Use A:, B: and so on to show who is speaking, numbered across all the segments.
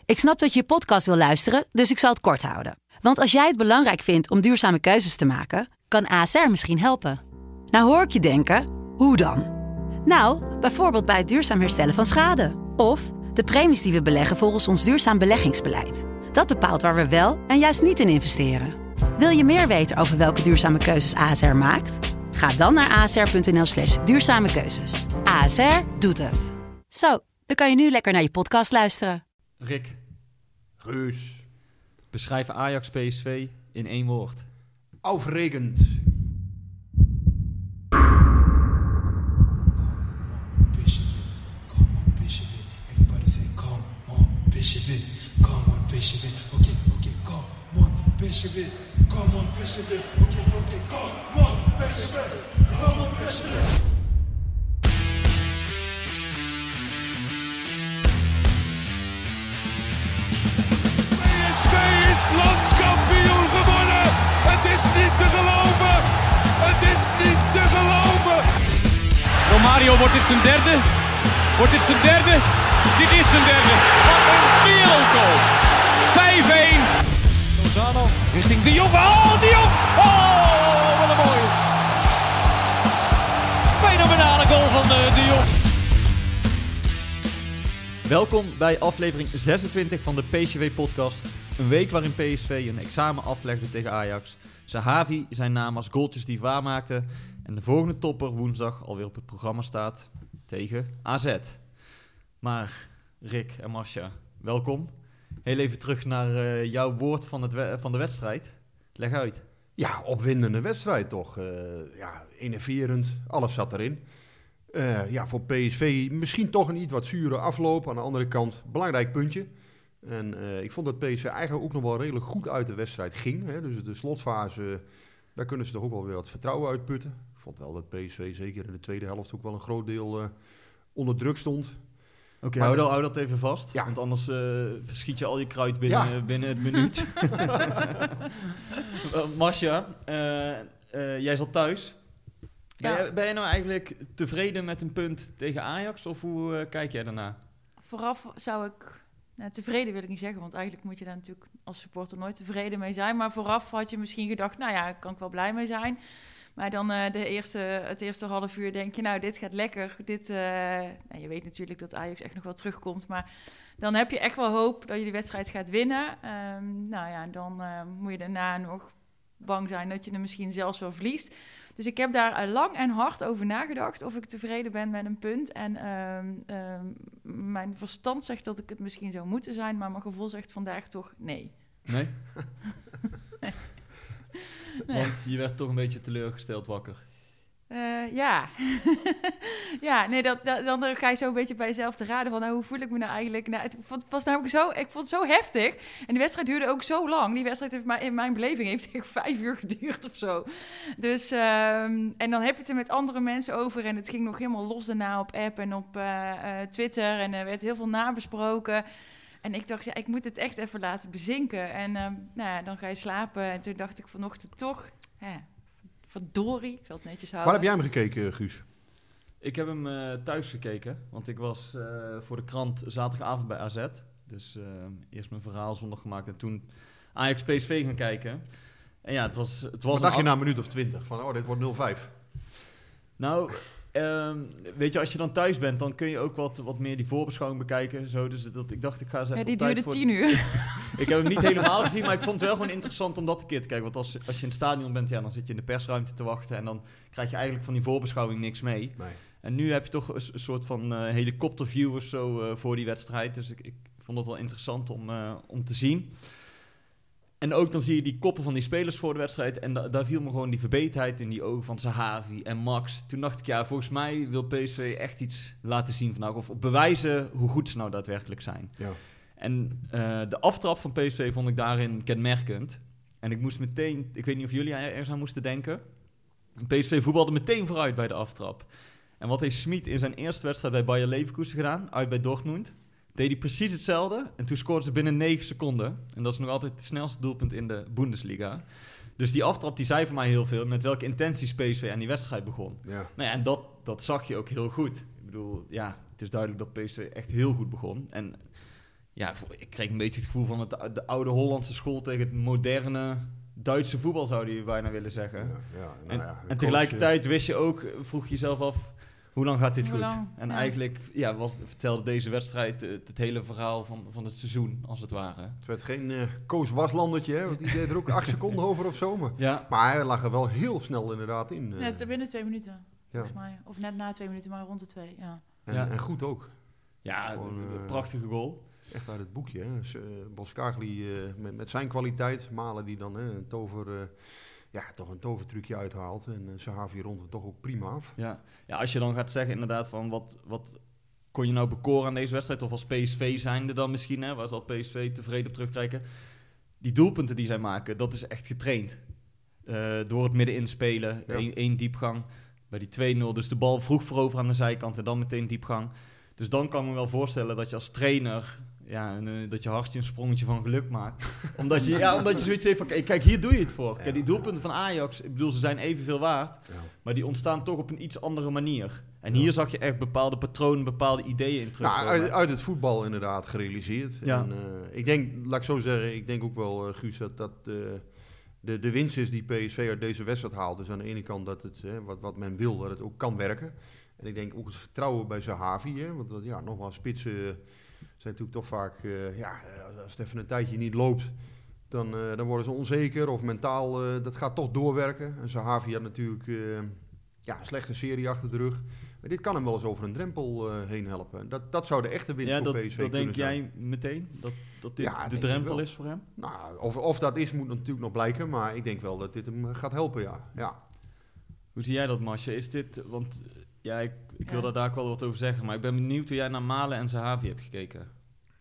A: Ik snap dat je podcast wil luisteren, dus ik zal het kort houden. Want als jij het belangrijk vindt om duurzame keuzes te maken, kan ASR misschien helpen. Nou hoor ik je denken, hoe dan? Nou, bijvoorbeeld bij het duurzaam herstellen van schade. Of de premies die we beleggen volgens ons duurzaam beleggingsbeleid. Dat bepaalt waar we wel en juist niet in investeren. Wil je meer weten over welke duurzame keuzes ASR maakt? Ga dan naar asr.nl/duurzame keuzes. ASR doet het. Zo, dan kan je nu lekker naar je podcast luisteren.
B: Rick,
C: Guus.
B: beschrijf Ajax PSV in 1 woord.
C: Aufregend.
D: PSV is landskampioen geworden. Het is niet te geloven. Het is niet te geloven.
E: Romario, wordt dit zijn derde? Wordt dit zijn derde? Dit is zijn derde. Wat een wereldgoal. 5-1.
D: Lozano richting De Jong. Oh, De Jong. Oh, wat een mooie. Fenomenale goal van De Jong.
B: Welkom bij aflevering 26 van de PSV-podcast. Een week waarin PSV een examen aflegde tegen Ajax. Zahavi zijn naam als goaltjes die waarmaakte. En de volgende topper woensdag alweer op het programma staat tegen AZ. Maar Rick en Masha, welkom. Heel even terug naar jouw woord van de wedstrijd. Leg uit.
C: Ja, opwindende wedstrijd toch. Enerverend. Alles zat erin. Voor PSV misschien toch een iets wat zure afloop. Aan de andere kant, belangrijk puntje. En ik vond dat PSV eigenlijk ook nog wel redelijk goed uit de wedstrijd ging. Hè. Dus de slotfase, daar kunnen ze toch ook wel weer wat vertrouwen uitputten. Ik vond wel dat PSV zeker in de tweede helft ook wel een groot deel onder druk stond.
B: Oké, hou dat even vast.
C: Ja.
B: Want anders verschiet je al je kruid binnen het minuut. Masha, jij zat thuis.
F: Ja.
B: Ben je nou eigenlijk tevreden met een punt tegen Ajax? Of hoe kijk jij daarna?
F: Vooraf zou ik... tevreden wil ik niet zeggen, want eigenlijk moet je daar natuurlijk als supporter nooit tevreden mee zijn. Maar vooraf had je misschien gedacht, nou ja, daar kan ik wel blij mee zijn. Maar dan het eerste half uur denk je, nou, dit gaat lekker. Je weet natuurlijk dat Ajax echt nog wel terugkomt. Maar dan heb je echt wel hoop dat je die wedstrijd gaat winnen. Dan moet je daarna nog bang zijn dat je er misschien zelfs wel verliest. Dus ik heb daar lang en hard over nagedacht of ik tevreden ben met een punt. En mijn verstand zegt dat ik het misschien zou moeten zijn, maar mijn gevoel zegt vandaag toch nee.
B: Nee?
F: Nee.
B: Want je werd toch een beetje teleurgesteld wakker.
F: Ja. Dan ga je zo een beetje bij jezelf te raden van, nou, hoe voel ik me nou eigenlijk? Nou, ik vond het zo heftig. En die wedstrijd duurde ook zo lang. Die wedstrijd heeft in mijn beleving echt 5 uur geduurd of zo. Dus, en dan heb je het er met andere mensen over. En het ging nog helemaal los daarna op app en op Twitter. En er werd heel veel nabesproken. En ik dacht, ja, ik moet het echt even laten bezinken. En dan ga je slapen. En toen dacht ik vanochtend toch... verdorie, ik zal het netjes houden.
C: Waar heb jij hem gekeken, Guus?
B: Ik heb hem thuis gekeken, want ik was voor de krant zaterdagavond bij AZ. Dus eerst mijn verhaal zondag gemaakt en toen Ajax PSV gaan kijken. En ja, het was
C: Wat dacht je na een minuut of 20? Van, dit wordt 0-5.
B: Nou, weet je, als je dan thuis bent, dan kun je ook wat meer die voorbeschouwing bekijken. Zo, dus ik dacht, ik ga eens even
F: die
B: op tijd
F: duurde 10 uur.
B: Ik heb hem niet helemaal gezien, maar ik vond het wel gewoon interessant om dat een keer te kijken. Want als je in het stadion bent, ja, dan zit je in de persruimte te wachten en dan krijg je eigenlijk van die voorbeschouwing niks mee.
C: Nee.
B: En nu heb je toch een soort van helikopterview of zo voor die wedstrijd. Dus ik vond het wel interessant om te zien. En ook dan zie je die koppen van die spelers voor de wedstrijd. En daar viel me gewoon die verbeterheid in die ogen van Zahavi en Max. Toen dacht ik, ja, volgens mij wil PSV echt iets laten zien vandaag. Of bewijzen hoe goed ze nou daadwerkelijk zijn.
C: Ja.
B: En de aftrap van PSV vond ik daarin kenmerkend. En ik moest meteen, ik weet niet of jullie ergens aan moesten denken. PSV voetbalde meteen vooruit bij de aftrap. En wat heeft Schmid in zijn eerste wedstrijd bij Bayer Leverkusen gedaan, uit bij Dortmund? Deed hij precies hetzelfde en toen scoorden ze binnen 9 seconden. En dat is nog altijd het snelste doelpunt in de Bundesliga. Dus die aftrap die zei voor mij heel veel met welke intenties PSV aan die wedstrijd begon.
C: Ja.
B: Nou ja, en dat zag je ook heel goed. Ik bedoel, ja, het is duidelijk dat PSV echt heel goed begon. En ik kreeg een beetje het gevoel van de oude Hollandse school tegen het moderne Duitse voetbal, zou je bijna willen zeggen. En tegelijkertijd wist je ook, vroeg je jezelf af, hoe lang gaat dit goed? En eigenlijk vertelde deze wedstrijd het hele verhaal van het seizoen, als het ware.
C: Het werd geen Koos Waslandertje, hè, want die deed er ook 8 seconden over of zo. Maar hij lag er wel heel snel inderdaad in.
F: Net binnen 2 minuten, volgens mij. Of net na 2 minuten, maar rond de 2,
C: En goed ook.
B: Ja, een prachtige goal.
C: Echt uit het boekje, hè. Boskagli met zijn kwaliteit, Malen die dan toch een tovertrucje uithaalt. En Zahavi rond hem toch ook prima af.
B: Ja, als je dan gaat zeggen inderdaad van wat kon je nou bekoren aan deze wedstrijd? Of als PSV zijnde dan misschien, hè, waar zal PSV tevreden op terugkijken. Die doelpunten die zij maken, dat is echt getraind. Door het midden inspelen, één diepgang. Bij die 2-0, dus de bal vroeg voorover aan de zijkant en dan meteen diepgang. Dus dan kan ik me wel voorstellen dat je als trainer... dat je hartje een sprongetje van geluk maakt. omdat je zoiets heeft van, kijk, hier doe je het voor. Kijk, die doelpunten van Ajax, ik bedoel, ze zijn evenveel waard. Ja. Maar die ontstaan toch op een iets andere manier. En hier zag je echt bepaalde patronen, bepaalde ideeën in terug.
C: Uit het voetbal inderdaad gerealiseerd. Ja. En, ik denk, laat ik zo zeggen, ik denk ook wel, Guus, dat de winst is die PSV uit deze wedstrijd haalt. Dus aan de ene kant dat het, wat men wil, dat het ook kan werken. En ik denk ook het vertrouwen bij Zahavi. Want nogmaals, spitsen zijn natuurlijk toch vaak... als het even een tijdje niet loopt, dan worden ze onzeker. Of mentaal, dat gaat toch doorwerken. En Zahavi had natuurlijk een slechte serie achter de rug. Maar dit kan hem wel eens over een drempel heen helpen. Dat zou de echte winst voor PSV kunnen zijn.
B: Dat denk jij meteen? Dat dit de drempel is voor hem?
C: Nou, of dat is, moet natuurlijk nog blijken. Maar ik denk wel dat dit hem gaat helpen, ja.
B: Hoe zie jij dat, Masje? Is dit... Want ik wil daar ook wel wat over zeggen. Maar ik ben benieuwd hoe jij naar Malen en Zahavi hebt gekeken.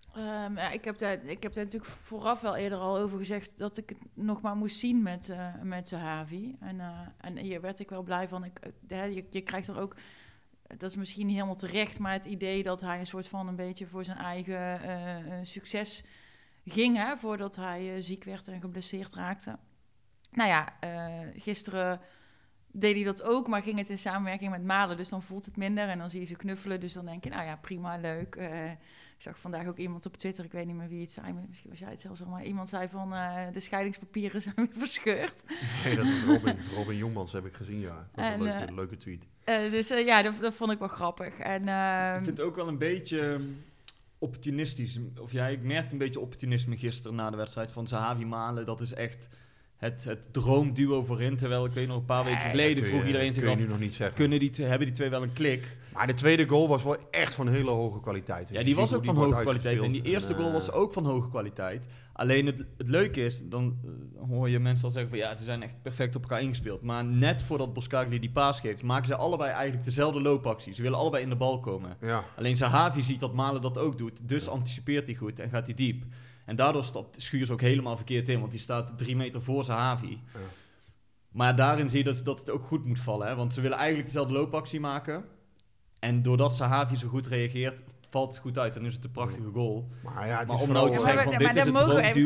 F: Ik heb daar natuurlijk vooraf wel eerder al over gezegd... dat ik het nog maar moest zien met Zahavi. En hier werd ik wel blij van. Je krijgt er ook... Dat is misschien niet helemaal terecht, maar het idee dat hij een soort van een beetje voor zijn eigen succes ging, hè, voordat hij ziek werd en geblesseerd raakte. Nou ja, gisteren deed hij dat ook, maar ging het in samenwerking met Malen, dus dan voelt het minder en dan zie je ze knuffelen, dus dan denk je, nou ja, prima, leuk. Ik zag vandaag ook iemand op Twitter, ik weet niet meer wie het zei, misschien was jij het zelfs al, maar iemand zei van de scheidingspapieren zijn weer verscheurd.
C: Nee, dat is Robin Jongmans, heb ik gezien, ja. Dat is een leuke tweet.
F: Dat vond ik wel grappig. En,
B: ik vind het ook wel een beetje opportunistisch. Ik merkte een beetje opportunisme gisteren na de wedstrijd van Zahavi Malen. Dat is echt het droomduo voorin. Terwijl ik weet nog een paar weken geleden vroeg iedereen zich af,
C: nog niet zeggen.
B: Hebben die twee wel een klik?
C: Maar de tweede goal was wel echt van hele hoge kwaliteit. Dus
B: die was ook van hoge kwaliteit. En die eerste goal was ook van hoge kwaliteit. Alleen het leuke is, dan hoor je mensen al zeggen van ze zijn echt perfect op elkaar ingespeeld. Maar net voordat Boskagli die paas geeft, maken ze allebei eigenlijk dezelfde loopactie. Ze willen allebei in de bal komen. Ja. Alleen Zahavi ziet dat Malen dat ook doet. Dus anticipeert hij goed en gaat hij diep. En daardoor stapt Schuurs ook helemaal verkeerd in, want die staat 3 meter voor Zahavi. Ja. Maar daarin zie je dat het ook goed moet vallen. Hè? Want ze willen eigenlijk dezelfde loopactie maken. En doordat Zahavi zo goed reageert, valt het goed uit. En is het een prachtige goal.
C: Maar het is
B: om nou te zeggen van dit is het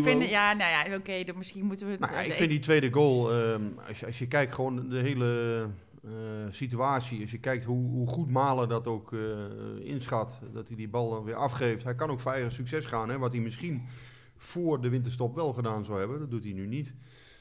B: droomduo.
F: Misschien moeten we...
C: ik vind die tweede goal, als je kijkt gewoon de hele situatie. Als je kijkt hoe goed Malen dat ook inschat. Dat hij die bal dan weer afgeeft. Hij kan ook voor eigen succes gaan. Hè, wat hij misschien voor de winterstop wel gedaan zou hebben. Dat doet hij nu niet.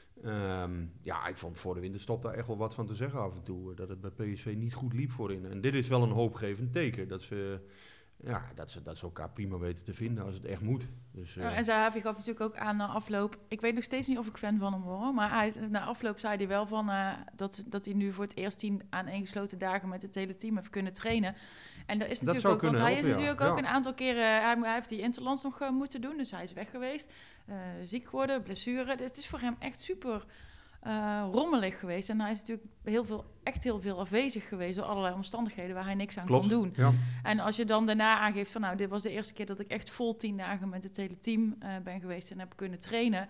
C: Ik vond voor de winterstop daar echt wel wat van te zeggen af en toe. Dat het bij PSV niet goed liep voorin. En dit is wel een hoopgevend teken. Dat ze elkaar prima weten te vinden als het echt moet. Dus,
F: en Zahavi gaf natuurlijk ook aan na afloop... Ik weet nog steeds niet of ik fan van hem word. Maar na afloop zei hij wel van dat hij nu voor het eerst 10 aaneengesloten dagen met het hele team heeft kunnen trainen. En dat is natuurlijk ook, want hij is natuurlijk ook een aantal keren... Hij heeft die interlands nog moeten doen, dus hij is weg geweest. Ziek geworden, blessure. Dus het is voor hem echt super rommelig geweest. En hij is natuurlijk heel veel afwezig geweest door allerlei omstandigheden waar hij niks aan kon doen. Ja. En als je dan daarna aangeeft van dit was de eerste keer dat ik echt vol 10 dagen met het hele team ben geweest en heb kunnen trainen.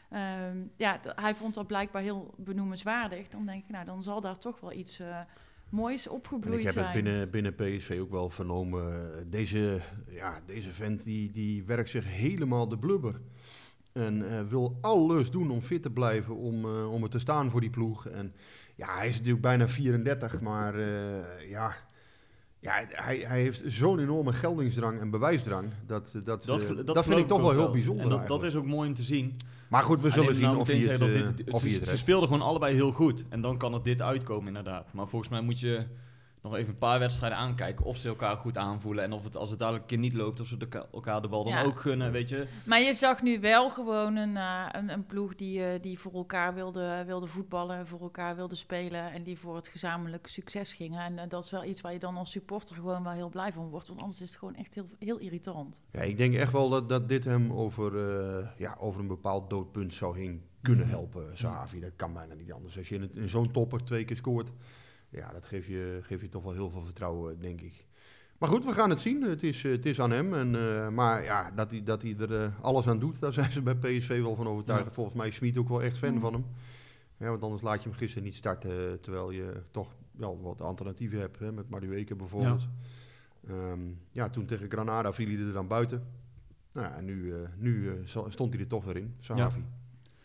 F: Hij vond dat blijkbaar heel benoemenswaardig. Dan denk ik, dan zal daar toch wel iets moois opgebloeid zijn.
C: Ik heb het binnen PSV ook wel vernomen. Deze vent die werkt zich helemaal de blubber. En wil alles doen om fit te blijven, om er te staan voor die ploeg. En hij is natuurlijk bijna 34, maar Ja, hij heeft zo'n enorme geldingsdrang en bewijsdrang. Dat vind ik toch wel heel bijzonder.
B: En dat is ook mooi om te zien.
C: Maar goed, we zullen zien of hij het
B: Ze
C: redt.
B: speelden gewoon allebei heel goed. En dan kan het dit uitkomen inderdaad. Maar volgens mij moet je nog even een paar wedstrijden aankijken of ze elkaar goed aanvoelen. En of het, als het dadelijk een keer niet loopt, of ze elkaar de bal dan ook gunnen, weet je.
F: Maar je zag nu wel gewoon een ploeg die voor elkaar wilde voetballen, voor elkaar wilde spelen en die voor het gezamenlijk succes gingen. En dat is wel iets waar je dan als supporter gewoon wel heel blij van wordt, want anders is het gewoon echt heel, heel irritant.
C: Ja, ik denk echt wel dat dit hem over een bepaald doodpunt zou heen kunnen helpen, Zahavi. Dat kan bijna niet anders. Als je in zo'n topper 2 keer scoort, ja, dat geeft je toch wel heel veel vertrouwen, denk ik. Maar goed, we gaan het zien. Het is aan hem. Maar ja, dat hij er alles aan doet, daar zijn ze bij PSV wel van overtuigd. Ja. Volgens mij is Smit ook wel echt fan van hem. Ja, want anders laat je hem gisteren niet starten, terwijl je toch wel wat alternatieven hebt, hè, met Madueke bijvoorbeeld. Ja. Toen tegen Granada viel hij er dan buiten. Nou ja, en nu stond hij er toch weer in, Zahavi.
B: Ja.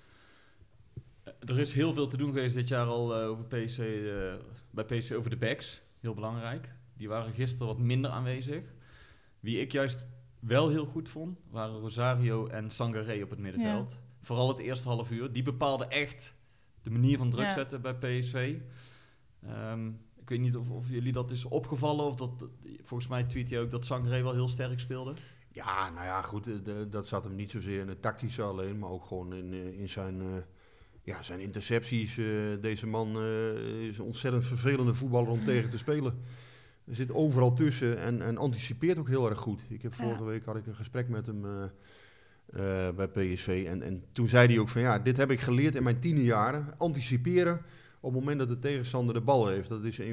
B: Er is heel veel te doen geweest dit jaar al over bij PSV over de backs. Heel belangrijk. Die waren gisteren wat minder aanwezig. Wie ik juist wel heel goed vond, waren Rosario en Sangaré op het middenveld. Ja. Vooral het eerste half uur. Die bepaalden echt de manier van druk zetten bij PSV. Ik weet niet of jullie dat is opgevallen. Of volgens mij tweet hij ook dat Sangaré wel heel sterk speelde.
C: Ja, nou ja, goed. Dat zat hem niet zozeer in het tactische alleen, maar ook gewoon in zijn... zijn intercepties. Deze man is een ontzettend vervelende voetballer om tegen te spelen. Er zit overal tussen en anticipeert ook heel erg goed. Vorige week had ik een gesprek met hem bij PSV. En toen zei hij ook van dit heb ik geleerd in mijn tienerjaren. Anticiperen op het moment dat de tegenstander de bal heeft. Dat is een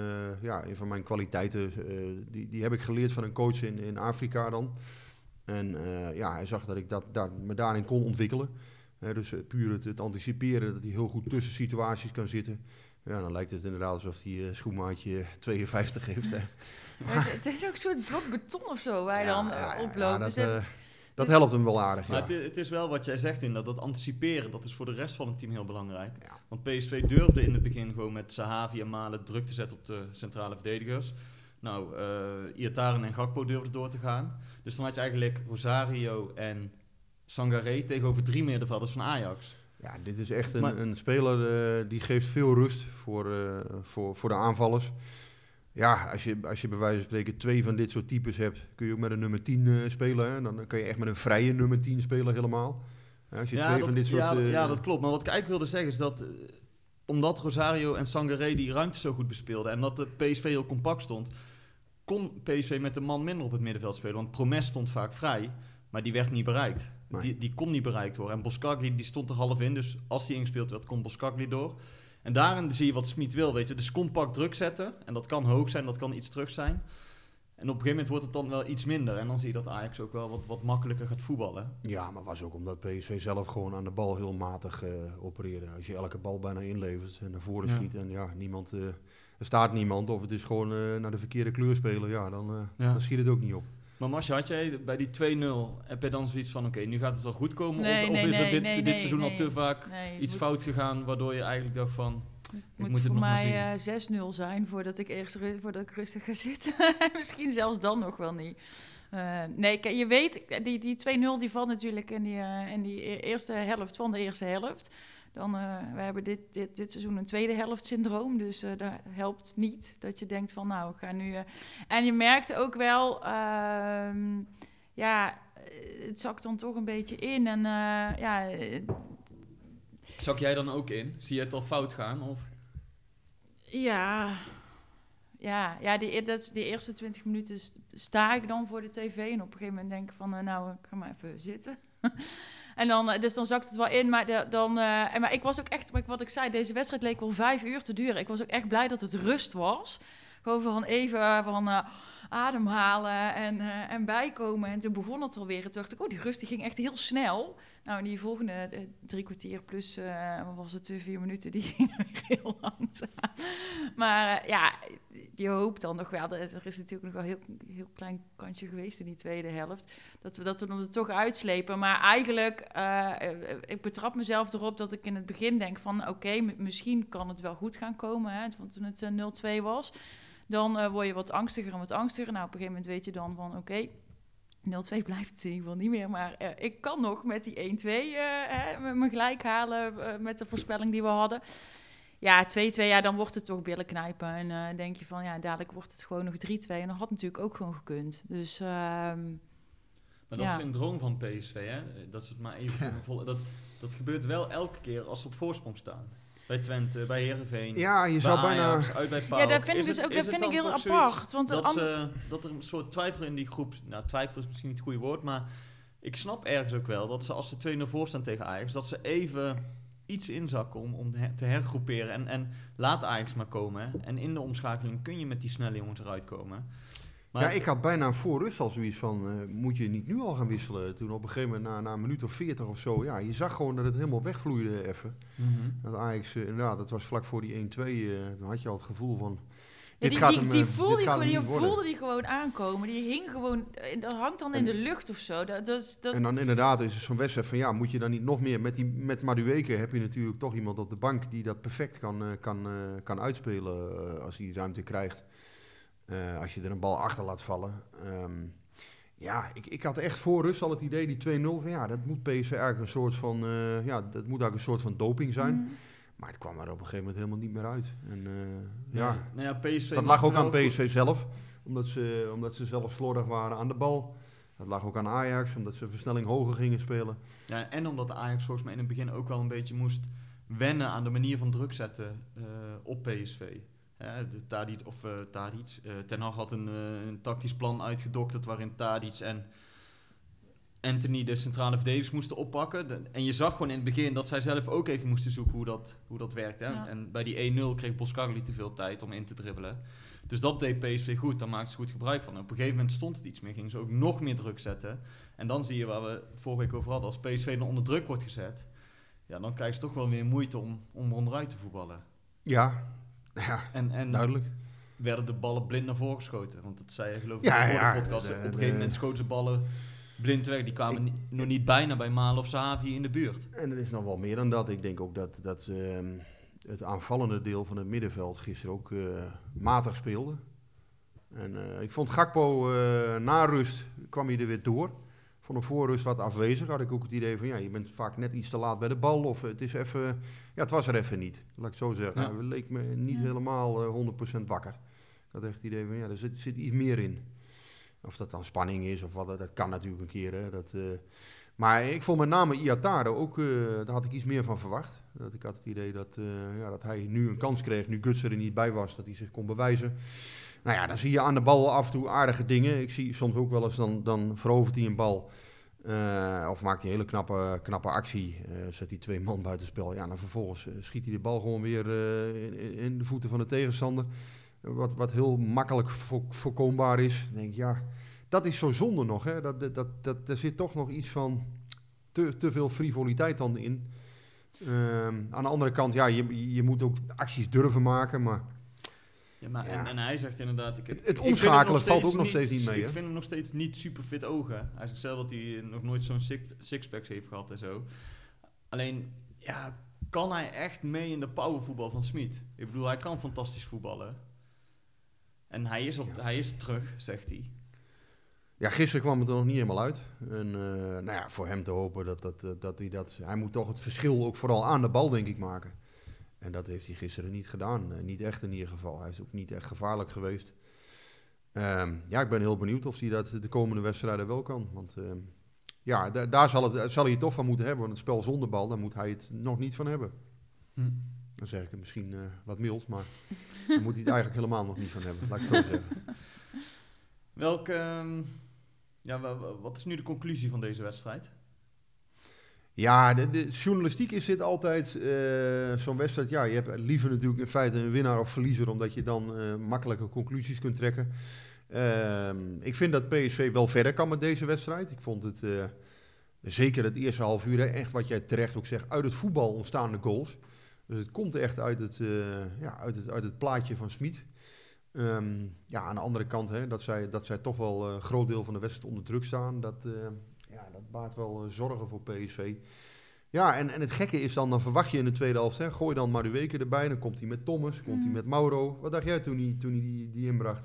C: van mijn kwaliteiten. Die heb ik geleerd van een coach in Afrika dan. En hij zag dat ik me daarin kon ontwikkelen. Dus puur het anticiperen, dat hij heel goed tussen situaties kan zitten. Ja, dan lijkt het inderdaad alsof hij schoenmaatje 52 heeft. Hè.
F: Het is ook een soort blok beton of zo waar je dan oploopt.
C: Ja, dat helpt hem wel aardig.
B: Maar het is wel wat jij zegt in dat anticiperen, dat is voor de rest van het team heel belangrijk. Ja. Want PSV durfde in het begin gewoon met Zahavi en Malen druk te zetten op de centrale verdedigers. Nou, Iataren en Gakpo durfden door te gaan. Dus dan had je eigenlijk Rosario en Sangaré tegenover 3 middenvelders van Ajax.
C: Ja, dit is echt een speler die geeft veel rust voor de aanvallers. Ja, als je bij wijze van spreken 2 van dit soort types hebt, kun je ook met een nummer 10 spelen. Hè? Dan kan je echt met een vrije nummer 10 spelen helemaal. Als je 2 van dit soort...
B: Ja, dat klopt. Maar wat ik eigenlijk wilde zeggen is dat... omdat Rosario en Sangaré die ruimte zo goed bespeelden en dat de PSV heel compact stond, kon PSV met een man minder op het middenveld spelen. Want Promes stond vaak vrij, maar die werd niet bereikt. Nee. Die kon niet bereikt worden. En Boskagli die stond er half in, dus als hij ingespeeld werd, kon Boskagli door. En daarin zie je wat Smit wil, weet je. Dus compact druk zetten. En dat kan hoog zijn, dat kan iets terug zijn. En op een gegeven moment wordt het dan wel iets minder. En dan zie je dat Ajax ook wel wat makkelijker gaat voetballen.
C: Ja, maar was ook omdat PSV zelf gewoon aan de bal heel matig opereerde. Als je elke bal bijna inlevert en naar voren schiet en er staat niemand. Of het is gewoon naar de verkeerde kleur spelen. Dan schiet het ook niet op.
B: Maar Masje, had jij bij die 2-0, heb je dan zoiets van, oké, nu gaat het wel goed komen? Of is er dit seizoen al te vaak iets fout gegaan, waardoor je eigenlijk dacht van, ik moet het nog maar zien?
F: Het moet voor mij 6-0 zijn voordat ik rustig ga zitten. Misschien zelfs dan nog wel niet. Je weet, die 2-0 die valt natuurlijk in die eerste helft van de eerste helft. We hebben dit seizoen een tweede helft syndroom, dus dat helpt niet dat je denkt van ik ga nu... En je merkte ook wel, het zakt dan toch een beetje in en
B: Zak jij dan ook in? Zie je het al fout gaan? Of?
F: Die eerste 20 minuten sta ik dan voor de tv en op een gegeven moment denk ik van ik ga maar even zitten. En dan zakt het wel in, maar ik was ook echt, wat ik zei, deze wedstrijd leek wel 5 uur te duren. Ik was ook echt blij dat het rust was. Gewoon van even ademhalen en bijkomen. En toen begon het alweer. En toen dacht ik, die rust die ging echt heel snel. Nou, en die volgende 3 kwartier plus, was het 4 minuten, die ging weer heel langzaam. Maar je hoopt dan nog wel, er is natuurlijk nog wel een heel klein kantje geweest in die tweede helft, dat we hem er toch uitslepen. Maar eigenlijk, ik betrap mezelf erop dat ik in het begin denk van, misschien kan het wel goed gaan komen, hè, want toen het 0-2 was. Dan word je wat angstiger en wat angstiger. Nou, op een gegeven moment weet je dan van, oké, 0-2 blijft het in ieder geval niet meer. Maar ik kan nog met die 1-2 me gelijk halen met de voorspelling die we hadden. Ja, 2-2, dan wordt het toch billen knijpen. En denk je van, dadelijk wordt het gewoon nog 3-2. En dat had natuurlijk ook gewoon gekund. Dus...
B: maar dat is een droom van PSV, hè? Dat is het maar even kunnen volgen. Dat gebeurt wel elke keer als ze op voorsprong staan. Bij Twente, bij Heerenveen,
C: Ja, je zou
B: Ajax,
C: bijna...
B: uit bij PAOK.
F: dat vind ik dus ook heel apart. Want
B: dat er een soort twijfel in die groep... Nou, twijfel is misschien niet het goede woord, maar... Ik snap ergens ook wel dat ze als ze 2-0 voor staan tegen Ajax... dat ze even iets inzakken om te hergroeperen. En laat Ajax maar komen. Hè. En in de omschakeling kun je met die snelle jongens eruit komen. Maar
C: ik had bijna voor rust al zoiets van, moet je niet nu al gaan wisselen? Toen op een gegeven moment, na een minuut of 40 of zo, je zag gewoon dat het helemaal wegvloeide even. Dat Ajax, inderdaad, dat was vlak voor die 1-2, dan had je al het gevoel van...
F: Die voelde die gewoon aankomen. Die hing gewoon, dat hangt dan in de lucht of zo.
C: En dan inderdaad is het zo'n wedstrijd van, moet je dan niet nog meer... Met Madueke heb je natuurlijk toch iemand op de bank die dat perfect kan uitspelen als hij die ruimte krijgt. Als je er een bal achter laat vallen. Ik had echt voor rust al het idee, die 2-0, van dat moet PSV eigenlijk een soort van... dat moet eigenlijk een soort van doping zijn. Maar het kwam er op een gegeven moment helemaal niet meer uit. En,
B: PSV
C: dat lag ook aan PSV zelf, omdat ze zelf slordig waren aan de bal. Dat lag ook aan Ajax, omdat ze versnelling hoger gingen spelen. Ja,
B: en omdat Ajax volgens mij in het begin ook wel een beetje moest wennen aan de manier van druk zetten op PSV. Ten Hag had een tactisch plan uitgedokterd waarin Tadic en Anthony de centrale verdedigers moesten oppakken. En je zag gewoon in het begin dat zij zelf ook even moesten zoeken hoe dat werkt. Hè? Ja. En bij die 1-0 kreeg Boskagli te veel tijd om in te dribbelen. Dus dat deed PSV goed, daar maakten ze goed gebruik van. En op een gegeven moment stond het iets meer, gingen ze ook nog meer druk zetten. En dan zie je waar we vorige week over hadden, als PSV dan onder druk wordt gezet, dan krijgen ze toch wel weer moeite om onderuit te voetballen.
C: Ja,
B: en
C: duidelijk.
B: Werden de ballen blind naar voren geschoten. Want dat zei je geloof ik voor de podcast. Op een gegeven moment schoten ze ballen blind weg. Die kwamen nog niet bijna bij Malen of Sahavi in de buurt.
C: En er is nog wel meer dan dat. Ik denk ook dat het aanvallende deel van het middenveld gisteren ook matig speelde. En ik vond Gakpo na rust kwam hij er weer door. Van een voorrust wat afwezig. Had ik ook het idee van je bent vaak net iets te laat bij de bal. Of het is even... het was er even niet. Laat ik het zo zeggen. Het leek me niet helemaal 100% wakker. Ik had echt het idee van er zit iets meer in. Of dat dan spanning is of wat, dat kan natuurlijk een keer. Hè. Maar ik vond met name Iatare ook, daar had ik iets meer van verwacht. Ik had het idee dat hij nu een kans kreeg, nu Guts er niet bij was, dat hij zich kon bewijzen. Dan zie je aan de bal af en toe aardige dingen. Ik zie soms ook wel eens, dan verovert hij een bal. Of maakt hij een hele knappe actie. Zet hij 2 man buitenspel. Dan vervolgens schiet hij de bal gewoon weer in de voeten van de tegenstander. Wat heel makkelijk voorkombaar is. Dan denk ik, dat is zo zonde nog. Hè? Er zit toch nog iets van te veel frivoliteit dan in. Aan de andere kant, je moet ook acties durven maken, maar...
B: En hij zegt inderdaad...
C: Het omschakelen valt ook nog steeds niet mee.
B: Ik vind hem nog steeds niet super fit ogen. Hij zegt zelf dat hij nog nooit zo'n sixpack heeft gehad en zo. Alleen, kan hij echt mee in de powervoetbal van Smit? Ik bedoel, hij kan fantastisch voetballen. En hij is terug, zegt hij.
C: Ja, gisteren kwam het er nog niet helemaal uit. En voor hem te hopen dat hij dat... Hij moet toch het verschil ook vooral aan de bal, denk ik, maken. En dat heeft hij gisteren niet gedaan. Niet echt in ieder geval. Hij is ook niet echt gevaarlijk geweest. Ik ben heel benieuwd of hij dat de komende wedstrijden wel kan. Want daar zal hij het toch van moeten hebben. Want het spel zonder bal, daar moet hij het nog niet van hebben. Dan zeg ik het misschien wat mild, maar daar moet hij het eigenlijk helemaal nog niet van hebben. Laat ik het zo zeggen.
B: Wat is nu de conclusie van deze wedstrijd?
C: Ja, de journalistiek is dit altijd zo'n wedstrijd. Ja, je hebt liever natuurlijk in feite een winnaar of verliezer, omdat je dan makkelijke conclusies kunt trekken. Ik vind dat PSV wel verder kan met deze wedstrijd. Ik vond het zeker het eerste half uur, echt wat jij terecht ook zegt, uit het voetbal ontstaande goals. Dus het komt echt uit het plaatje van Smit. Aan de andere kant, dat zij toch wel een groot deel van de wedstrijd onder druk staan, dat baart wel zorgen voor PSV. Ja, en het gekke is dan verwacht je in de tweede helft, hè, gooi dan Madueke erbij, dan komt hij met Thomas, komt hij met Mauro. Wat dacht jij toen hij die inbracht?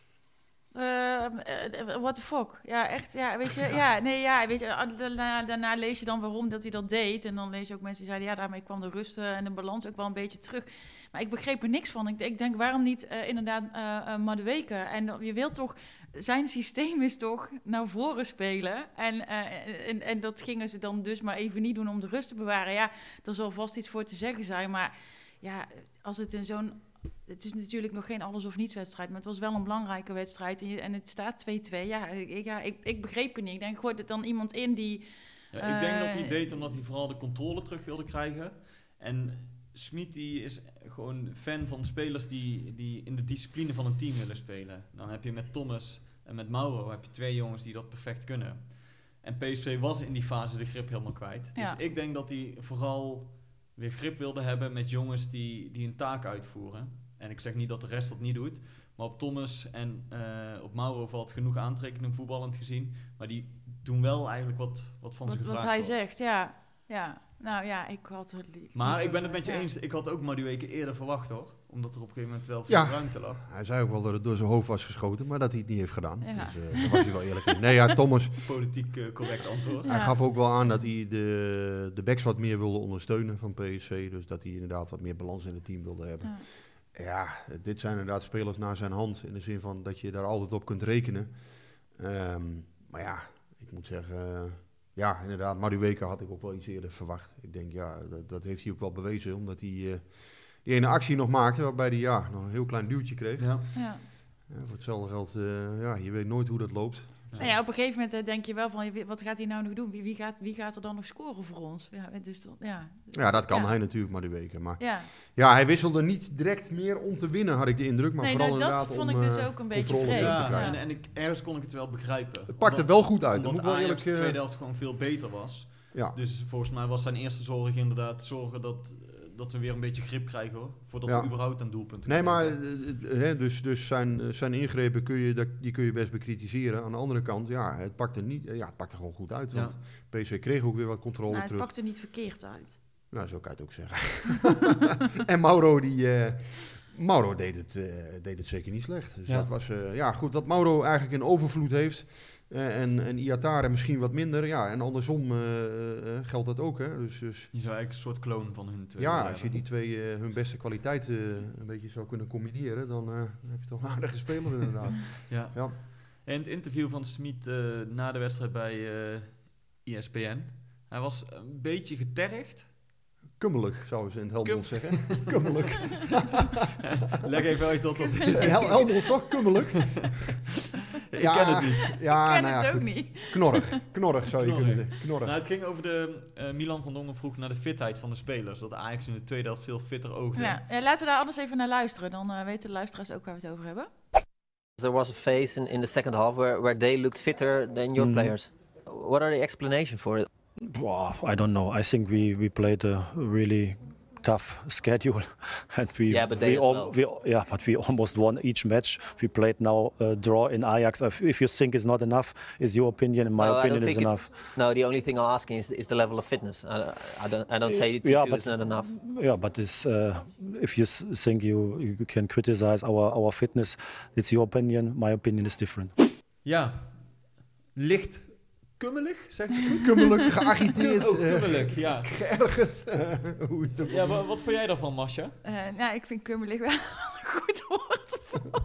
F: What the fuck? Ja, echt. Ja, weet je. Weet je. Daarna lees je dan waarom dat hij dat deed. En dan lees je ook mensen die zeiden, ja, daarmee kwam de rust en de balans ook wel een beetje terug. Maar ik begreep er niks van. Ik denk, waarom niet inderdaad Madueke? En je wilt toch, zijn systeem is toch naar voren spelen. En dat gingen ze dan dus maar even niet doen om de rust te bewaren. Ja, er zal vast iets voor te zeggen zijn. Maar ja, als het in zo'n... Het is natuurlijk nog geen alles of niets wedstrijd, maar het was wel een belangrijke wedstrijd. En het staat 2-2. Ik begreep het niet. Ik denk, gooi er dan iemand in die...
B: Ja, ik denk dat hij deed omdat hij vooral de controle terug wilde krijgen. En Smit die is gewoon fan van spelers die in de discipline van een team willen spelen. Dan heb je met Thomas en met Mauro heb je 2 jongens die dat perfect kunnen. En PSV was in die fase de grip helemaal kwijt.
F: Ja.
B: Dus ik denk dat hij vooral weer grip wilde hebben met jongens die een taak uitvoeren. En ik zeg niet dat de rest dat niet doet. Maar op Thomas en op Mauro valt genoeg aantrekkingen voetballend gezien. Maar die doen wel eigenlijk wat van ze gevraagd
F: Wat hij
B: wordt.
F: zegt, ja. Nou ja, ik had het liever.
B: Maar ik ben het met je eens. Ik had ook Madueke eerder verwacht, hoor. Omdat er op een gegeven moment wel veel
C: Ja.
B: ruimte lag.
C: Hij zei ook wel dat het door zijn hoofd was geschoten, maar dat hij het niet heeft gedaan.
F: Ja.
C: Dus daar was hij wel eerlijk in. Nee, ja, Thomas,
B: Politiek correct antwoord.
F: Ja.
C: hij gaf ook wel aan dat hij de backs wat meer wilde ondersteunen van PSV. Dus dat hij inderdaad wat meer balans in het team wilde hebben.
F: Ja.
C: Ja, dit zijn inderdaad spelers naar zijn hand. In de zin van dat je daar altijd op kunt rekenen. Maar ja, ik moet zeggen... ja, inderdaad, Madueke had ik ook wel iets eerder verwacht. Ik denk, ja, dat heeft hij ook wel bewezen. Omdat hij die ene actie nog maakte waarbij hij nog een heel klein duwtje kreeg.
B: Ja.
F: Ja.
C: Voor hetzelfde geld, je weet nooit hoe dat loopt.
F: Nou ja, op een gegeven moment denk je wel van, wat gaat hij nou nog doen? Wie gaat er dan nog scoren voor ons? Ja, dus
C: Ja, dat kan
F: Ja.
C: hij natuurlijk, Madueke. Maar
F: ja.
C: ja, hij wisselde niet direct meer om te winnen, had ik de indruk. Maar
F: Nee,
C: vooral
F: nou, dat
C: inderdaad
F: vond
C: om
F: ik dus ook een beetje
C: controle
F: vreemd.
C: terug te
B: Ja,
C: krijgen.
B: en ergens kon ik het wel begrijpen.
C: Het pakte wel goed uit. Dat
B: Omdat
C: moet wel
B: Ajax
C: eerlijk...
B: de tweede helft gewoon veel beter was.
C: ja.
B: Dus volgens mij was zijn eerste zorg inderdaad zorgen dat we weer een beetje grip krijgen, hoor. Voordat
C: Ja.
B: we überhaupt aan doelpunten
C: Nee, maar
B: denken.
C: dus zijn ingrepen die kun je best bekritiseren. Aan de andere kant, ja, het pakte gewoon goed uit. Want PSV kreeg ook weer wat controle
F: Nou, het
C: terug.
F: pakte niet verkeerd uit.
C: Nou, zo kan je het ook zeggen. En Mauro deed het zeker niet slecht. Dus
B: Ja.
C: dat was, goed, wat Mauro eigenlijk in overvloed heeft. En Iatare misschien wat minder. Ja, en andersom geldt dat ook. Hè. Dus
B: Je zou eigenlijk een soort kloon van hun twee
C: ja,
B: willen
C: als je
B: hebben.
C: die twee hun beste kwaliteiten een beetje zou kunnen combineren, dan heb je toch een aardige speler inderdaad.
B: Ja.
C: Ja.
B: En het interview van Smit na de wedstrijd bij ESPN. Hij was een beetje getergd.
C: Kummelig, zouden ze in het Helmond zeggen. Kummelig.
B: Leg even uit dat dat is.
C: Helmond toch? Kummelig.
B: Ik ken het niet.
C: Ja,
F: ik ken
C: nou ja,
F: het ook
C: goed.
F: niet.
C: Knorrig zou je kunnen zeggen. Knorrig.
B: Nou, het ging over de... Milan van Dongen vroeg naar de fitheid van de spelers. Dat Ajax in de tweede helft veel fitter oogde.
F: Ja. Laten we daar anders even naar luisteren. Dan weten de luisteraars ook waar we het over hebben.
G: There was a phase in the second half where they looked fitter than your players. What are the explanation for it?
H: Well, I don't know. I think we played a really tough schedule, and
G: but they as well.
H: but we almost won each match. We played now a draw in Ajax. If you think it's not enough, is your opinion? In my opinion, is enough.
G: No, the only thing I'm asking is the level of fitness. I don't say the two is not enough.
H: Yeah, but it's, if you think you can criticize our fitness, it's your opinion. My opinion is different.
B: Ja. Licht kummelig, zeg ik het goed?
C: Kummelig, geagiteerd.
B: Kummelig, ja.
C: Geërgerd. Hoe het ook
B: Ja, wat vond jij daarvan, Masja?
F: Nou, ik vind kummelig wel een goed woord voor.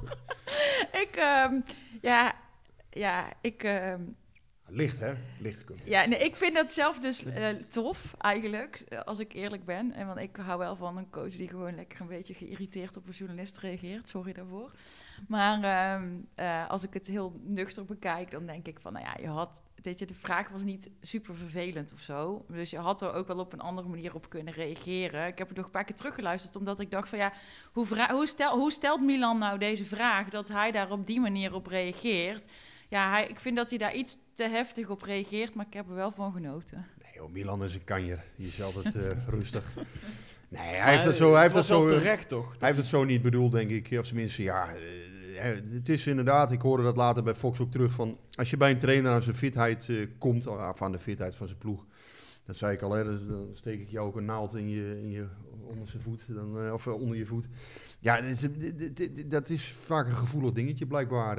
C: Licht, hè? Licht kummelig.
F: Ja, nee, ik vind dat zelf dus tof, eigenlijk, als ik eerlijk ben. En want ik hou wel van een coach die gewoon lekker een beetje geïrriteerd op een journalist reageert. Sorry daarvoor. Maar als ik het heel nuchter bekijk, dan denk ik van, nou ja, de vraag was niet super vervelend of zo. Dus je had er ook wel op een andere manier op kunnen reageren. Ik heb het nog een paar keer teruggeluisterd, omdat ik dacht van, ja, hoe stelt Milan nou deze vraag, dat hij daar op die manier op reageert? Ja, ik vind dat hij daar iets te heftig op reageert, maar ik heb er wel van genoten.
C: Nee, joh, Milan is een kanjer. Die is altijd rustig. Nee, hij
B: Maar
C: heeft het zo. Hij heeft het
B: was wel
C: zo.
B: terecht, toch?
C: Hij heeft het zo niet bedoeld, denk ik. Of tenminste, ja. Het is inderdaad, ik hoorde dat later bij Fox ook terug van, als je bij een trainer aan zijn fitheid komt, of aan de fitheid van zijn ploeg, Dat zei ik al, hè, dus dan steek ik jou ook een naald in je onderste voet, of onder je voet. Ja, dat is vaak een gevoelig dingetje blijkbaar.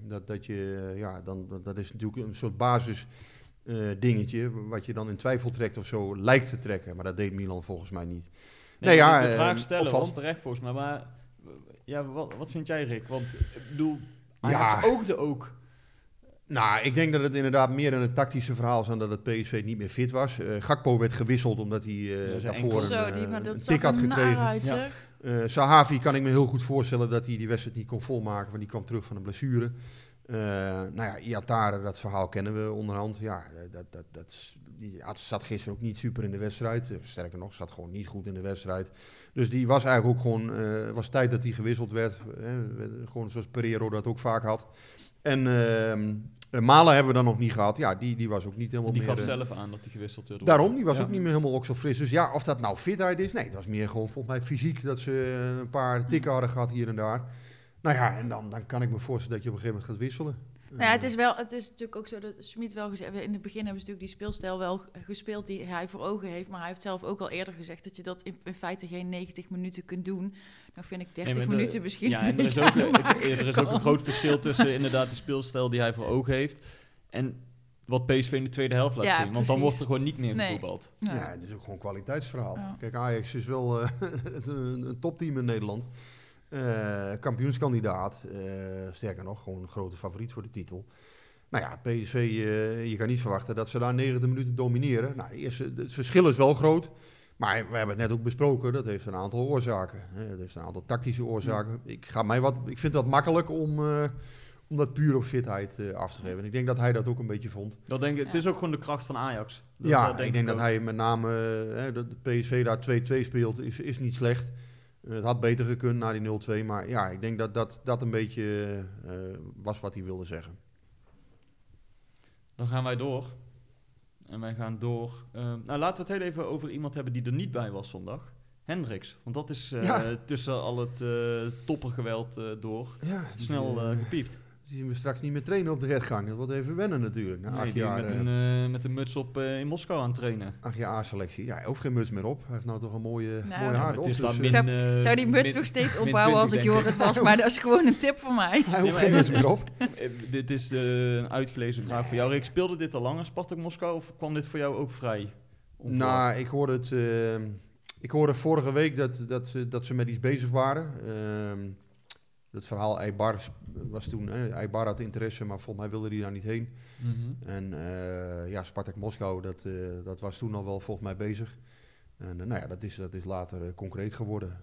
C: Dat is natuurlijk een soort basis dingetje, wat je dan in twijfel trekt of zo lijkt te trekken. Maar dat deed Milan volgens mij niet.
B: De vraag stellen was terecht volgens mij, maar ja, wat vind jij, Rick? Want ik bedoel, Ajax oogde ook.
C: Nou, ik denk dat het inderdaad meer een tactische verhaal is dan dat het PSV niet meer fit was. Gakpo werd gewisseld omdat hij daarvoor een tik had gekregen. Sahavi kan ik me heel goed voorstellen dat hij die wedstrijd niet kon volmaken, want die kwam terug van een blessure. Iatare, dat verhaal kennen we onderhand. Ja, die zat gisteren ook niet super in de wedstrijd. Sterker nog, zat gewoon niet goed in de wedstrijd. Dus die was eigenlijk ook gewoon, was tijd dat hij gewisseld werd. Gewoon zoals Pereiro dat ook vaak had. En Malen hebben we dan nog niet gehad. Ja, die was ook niet helemaal meer...
B: Die gaf zelf aan dat hij gewisseld werd.
C: Daarom, die was ook niet meer helemaal ook zo fris. Dus ja, of dat nou fitheid is? Nee, het was meer gewoon volgens mij fysiek dat ze een paar tikken hadden gehad hier en daar. Nou ja, en dan kan ik me voorstellen dat je op een gegeven moment gaat wisselen.
F: Nou ja, het is natuurlijk ook zo dat Smit wel gezegd... In het begin hebben ze natuurlijk die speelstijl wel gespeeld die hij voor ogen heeft. Maar hij heeft zelf ook al eerder gezegd dat je dat in feite geen 90 minuten kunt doen. Nou vind ik 30 minuten misschien
B: en er is ook een groot verschil tussen inderdaad de speelstijl die hij voor ogen heeft... en wat PSV in de tweede helft laat zien. Want
F: precies.
B: Dan wordt er gewoon niet meer gevoetbald.
C: Ja, het is ook gewoon een kwaliteitsverhaal. Ja. Kijk, Ajax is wel een topteam in Nederland... kampioenskandidaat, sterker nog, gewoon een grote favoriet voor de titel. Nou ja, PSV, je kan niet verwachten dat ze daar 90 minuten domineren. Nou, het verschil is wel groot, maar we hebben het net ook besproken, dat heeft een aantal oorzaken. Het heeft een aantal tactische oorzaken. Ik vind dat makkelijk om dat puur op fitheid af te geven. En ik denk dat hij dat ook een beetje vond.
B: Het is ook gewoon de kracht van Ajax.
C: Ik denk dat hij met name, dat de PSV daar 2-2 speelt, is niet slecht. Het had beter gekund na die 0-2, maar ja, ik denk dat een beetje was wat hij wilde zeggen.
B: Dan gaan wij door. En wij gaan door. Laten we het heel even over iemand hebben die er niet bij was zondag. Hendricks. Want dat is tussen al het toppergeweld door snel gepiept.
C: Zien we straks niet meer trainen op de redgang. Dat wordt even wennen natuurlijk. Na 8 jaar,
B: met een muts op in Moskou aan het trainen.
C: 8 jaar A-selectie. Ja, hij hoeft geen muts meer op. Hij heeft nou toch een mooie haar op.
F: Zou die muts nog steeds ophouden als ik Jorrit was, maar dat is gewoon een tip voor mij.
C: Hij hoeft geen muts meer op.
B: Dit is een uitgelezen vraag voor jou. Rick, speelde dit al langer, Spartak Moskou, of kwam dit voor jou ook vrij?
C: Nou, ik hoorde vorige week dat ze met iets bezig waren. Het verhaal Eibar was toen... Eibar had interesse, maar volgens mij wilde hij daar niet heen. Mm-hmm. En Spartak Moskou, dat was toen al wel volgens mij bezig. En dat is later concreet geworden.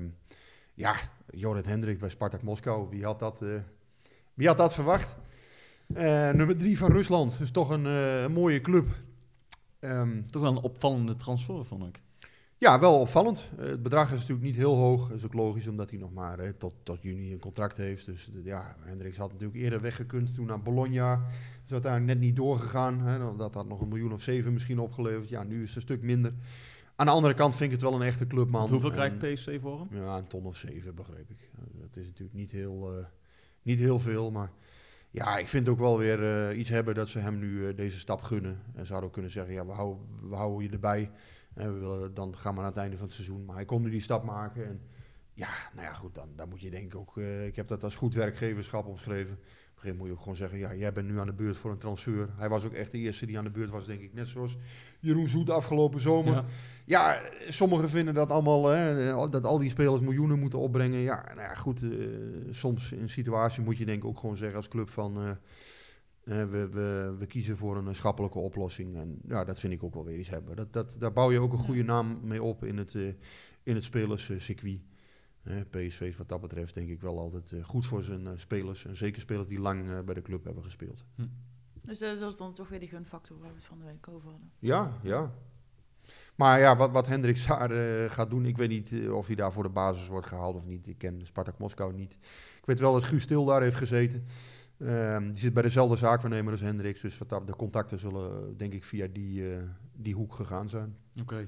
C: Jorrit Hendricks bij Spartak Moskou, wie had dat verwacht? Nummer 3 van Rusland, dus toch een mooie club.
B: Toch wel een opvallende transfer, vond ik.
C: Ja, wel opvallend. Het bedrag is natuurlijk niet heel hoog. Dat is ook logisch, omdat hij nog maar tot juni een contract heeft. Dus Hendricks had natuurlijk eerder weggekund toen naar Bologna. Is uiteindelijk net niet doorgegaan. Dat had nog 1 miljoen of 7 misschien opgeleverd. Ja, nu is het een stuk minder. Aan de andere kant vind ik het wel een echte clubman.
B: Want hoeveel krijgt PSV voor hem?
C: Ja, 1 ton of 7, begreep ik. Dat is natuurlijk niet heel veel, maar... Ja, ik vind ook wel weer iets hebben dat ze hem nu deze stap gunnen. En zouden ook kunnen zeggen, ja, we houden je erbij... Dan gaan we aan het einde van het seizoen. Maar hij kon nu die stap maken. En goed, dan moet je denken ook... ik heb dat als goed werkgeverschap omschreven. Op een gegeven moment moet je ook gewoon zeggen... Ja, jij bent nu aan de beurt voor een transfer. Hij was ook echt de eerste die aan de beurt was, denk ik. Net zoals Jeroen Zoet afgelopen zomer. Ja, sommigen vinden dat allemaal... dat al die spelers miljoenen moeten opbrengen. Ja, goed. Soms in een situatie moet je denk ik ook gewoon zeggen als club van... We kiezen voor een schappelijke oplossing. En ja, dat vind ik ook wel weer iets hebben. Daar bouw je ook een goede naam mee op in het spelerscircuit. PSV is wat dat betreft denk ik wel altijd goed voor zijn spelers. En zeker spelers die lang bij de club hebben gespeeld.
F: Dus dat is dan toch weer die gunfactor waar we het van de week over hadden.
C: Ja. Maar ja, wat Hendricks daar gaat doen, ik weet niet of hij daar voor de basis wordt gehaald of niet. Ik ken Spartak Moskou niet. Ik weet wel dat Guus Til daar heeft gezeten. Die zit bij dezelfde zaakwaarnemer als Hendricks, dus de contacten zullen denk ik via die hoek gegaan zijn.
B: Oké.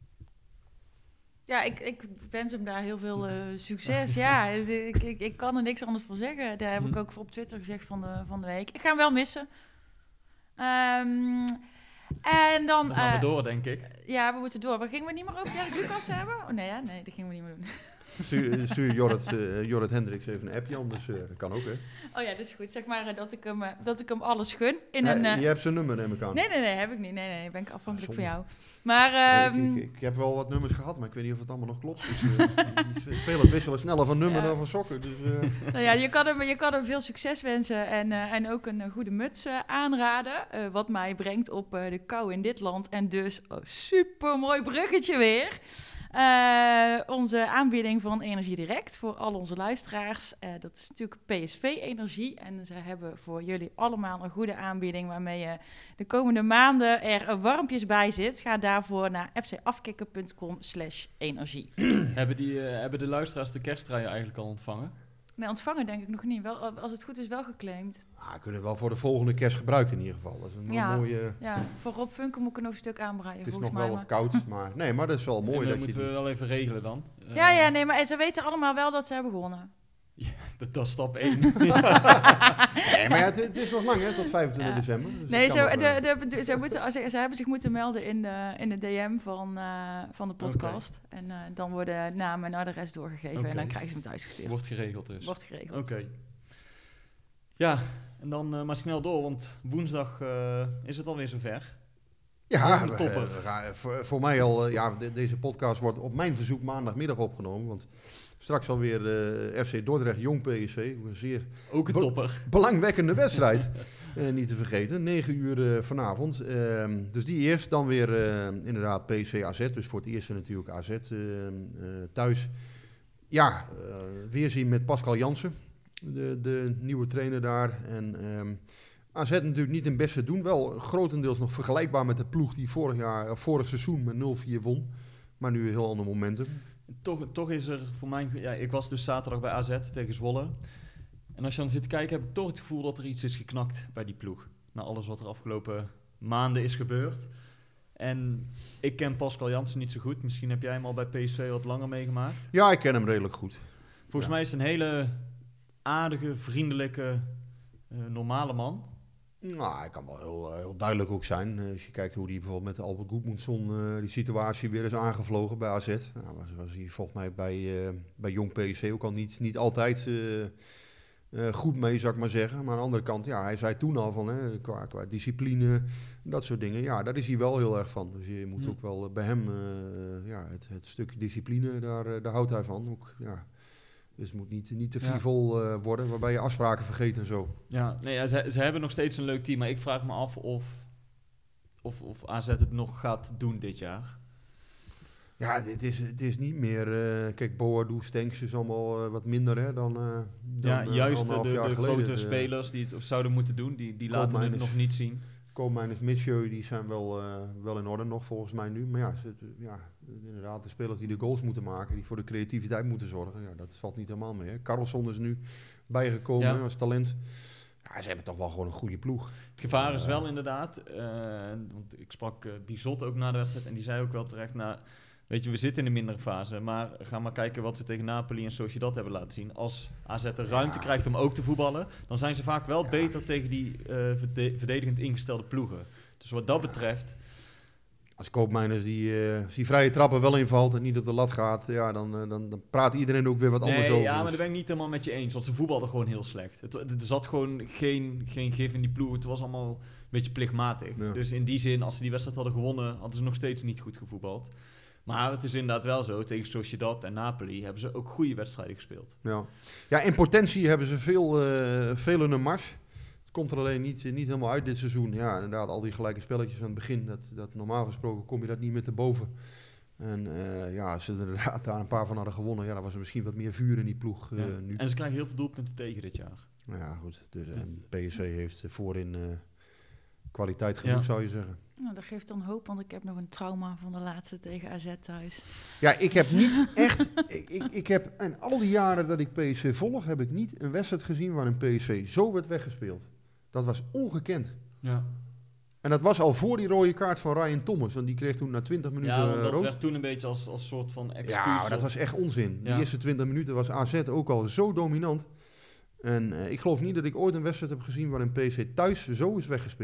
F: Ja, ik wens hem daar heel veel succes. Ja, ik kan er niks anders van zeggen. Daar heb ik ook op Twitter gezegd van de week. Ik ga hem wel missen. En dan...
B: Dan gaan we door, denk ik.
F: Ja, we moeten door. Maar gingen we niet meer over Dirk Lucas hebben? Oh nee, nee, dat gingen we niet meer doen.
C: Stuur Jorrit Hendricks even een appje, anders dat kan ook, hè?
F: Oh ja, dat is goed. Zeg maar dat ik hem alles gun.
C: Je hebt zijn nummer, neem ik aan.
F: Nee, heb ik niet. Nee, ben ik afhankelijk van jou.
C: Nee,
F: Maar...
C: ik heb wel wat nummers gehad, maar ik weet niet of het allemaal nog klopt. Dus, die spelers wisselen sneller van nummer dan van sokken. Dus,
F: Nou ja, je kan hem veel succes wensen en ook een goede muts aanraden. Wat mij brengt op de kou in dit land. En dus, super mooi bruggetje weer. Onze aanbieding van Energie Direct voor al onze luisteraars. Dat is natuurlijk PSV Energie. En ze hebben voor jullie allemaal een goede aanbieding waarmee je de komende maanden er warmpjes bij zit. Ga daarvoor naar fcafkikken.com/energie.
B: Hebben de luisteraars de kersttruien eigenlijk al ontvangen?
F: Nee, ontvangen denk ik nog niet. Wel, als het goed is wel geclaimd.
C: kunnen we wel voor de volgende kerst gebruiken in ieder geval. Dat is een mooie...
F: Ja, voor Rob Funke moet ik er nog een stuk aanbreien.
C: Het is nog wel koud, maar dat is wel mooi.
B: Dat moeten we wel even regelen dan.
F: Nee, maar ze weten allemaal wel dat ze hebben gewonnen.
B: Ja, dat is stap 1.
C: Nee, maar het is nog lang, hè, tot 25 december. Dus
F: nee, ze hebben zich moeten melden in de DM van de podcast. Okay. En dan worden namen en adres doorgegeven en dan krijgen ze hem thuisgestuurd.
B: Wordt geregeld dus.
F: Wordt geregeld.
B: Oké. Ja, en dan maar snel door, want woensdag is het alweer zover.
C: Ja, voor mij al, deze podcast wordt op mijn verzoek maandagmiddag opgenomen, want straks alweer FC Dordrecht Jong PSV, een zeer
B: ook een topper.
C: Belangwekkende wedstrijd, niet te vergeten, 9 uur vanavond. Dus die eerst, dan weer inderdaad PSV AZ, dus voor het eerste natuurlijk AZ thuis. Ja, weerzien met Pascal Jansen, de nieuwe trainer daar. En AZ natuurlijk niet in beste doen, wel grotendeels nog vergelijkbaar met de ploeg die vorig seizoen met 0-4 won, maar nu een heel ander momentum.
B: Toch is er voor mij... Ja, ik was dus zaterdag bij AZ tegen Zwolle. En als je dan zit te kijken, heb ik toch het gevoel dat er iets is geknakt bij die ploeg. Na alles wat er afgelopen maanden is gebeurd. En ik ken Pascal Jansen niet zo goed. Misschien heb jij hem al bij PSV wat langer meegemaakt.
C: Ja, ik ken hem redelijk goed.
B: Volgens mij is het een hele aardige, vriendelijke, normale man.
C: Nou, hij kan wel heel duidelijk ook zijn. Als je kijkt hoe hij bijvoorbeeld met Albert Goedmundsson die situatie weer is aangevlogen bij AZ. Nou, was hij volgens mij bij Jong PSV ook al niet altijd goed mee, zou ik maar zeggen. Maar aan de andere kant, ja, hij zei toen al van qua discipline, dat soort dingen. Ja, daar is hij wel heel erg van. Dus je moet ook wel bij hem, het stukje discipline, daar houdt hij van. Ook, ja. Dus het moet niet te frivol worden, waarbij je afspraken vergeet en zo.
B: Ja, nee, ze hebben nog steeds een leuk team, maar ik vraag me af of AZ het nog gaat doen dit jaar.
C: Ja, het is niet meer... kijk, Boadu, Stenks is allemaal wat minder dan
B: juist de grote
C: geleden.
B: spelers die het zouden moeten doen, die laten het nog niet zien.
C: Koopmeiners, Messieu, die zijn wel in orde nog volgens mij nu. Maar inderdaad, de spelers die de goals moeten maken, die voor de creativiteit moeten zorgen, ja, dat valt niet helemaal mee. Hè. Carlson is nu bijgekomen als talent. Ja, ze hebben toch wel gewoon een goede ploeg.
B: Het gevaar is wel inderdaad, want ik sprak Bizot ook na de wedstrijd en die zei ook wel terecht, weet je, we zitten in een mindere fase, maar ga maar kijken wat we tegen Napoli en Sociedad hebben laten zien. Als AZ de ruimte krijgt om ook te voetballen, dan zijn ze vaak wel beter tegen die verdedigend ingestelde ploegen. Dus wat dat betreft...
C: Als Koopmeiners die vrije trappen wel invalt en niet op de lat gaat, ja, dan praat iedereen ook weer wat anders over.
B: Ja, maar daar ben ik niet helemaal met je eens, want ze voetbalden gewoon heel slecht. Er zat gewoon geen gif in die ploeg, het was allemaal een beetje plichtmatig. Ja. Dus in die zin, als ze die wedstrijd hadden gewonnen, hadden ze nog steeds niet goed gevoetbald. Maar het is inderdaad wel zo, tegen Sociedad en Napoli hebben ze ook goede wedstrijden gespeeld.
C: Ja, in potentie hebben ze veel in een mars. Het komt er alleen niet helemaal uit dit seizoen. Ja, inderdaad, al die gelijke spelletjes aan het begin, dat normaal gesproken kom je dat niet meer te boven. En als ze inderdaad daar een paar van hadden gewonnen, ja, dan was er misschien wat meer vuur in die ploeg nu.
B: En ze krijgen heel veel doelpunten tegen dit jaar.
C: Ja, goed. Dus PSV heeft voorin kwaliteit genoeg, zou je zeggen.
F: Nou, dat geeft dan hoop, want ik heb nog een trauma van de laatste tegen AZ thuis.
C: Ja, ik heb niet echt... ik heb, en al die jaren dat ik PSV volg, heb ik niet een wedstrijd gezien waar een PSV zo werd weggespeeld. Dat was ongekend.
B: Ja.
C: En dat was al voor die rode kaart van Ryan Thomas. Want die kreeg toen na 20 minuten
B: dat
C: rood.
B: werd toen een beetje als soort van excuus.
C: Ja, maar dat was echt onzin. De eerste 20 minuten was AZ ook al zo dominant. En ik geloof niet dat ik ooit een wedstrijd heb gezien waar een PSV thuis zo is weggespeeld.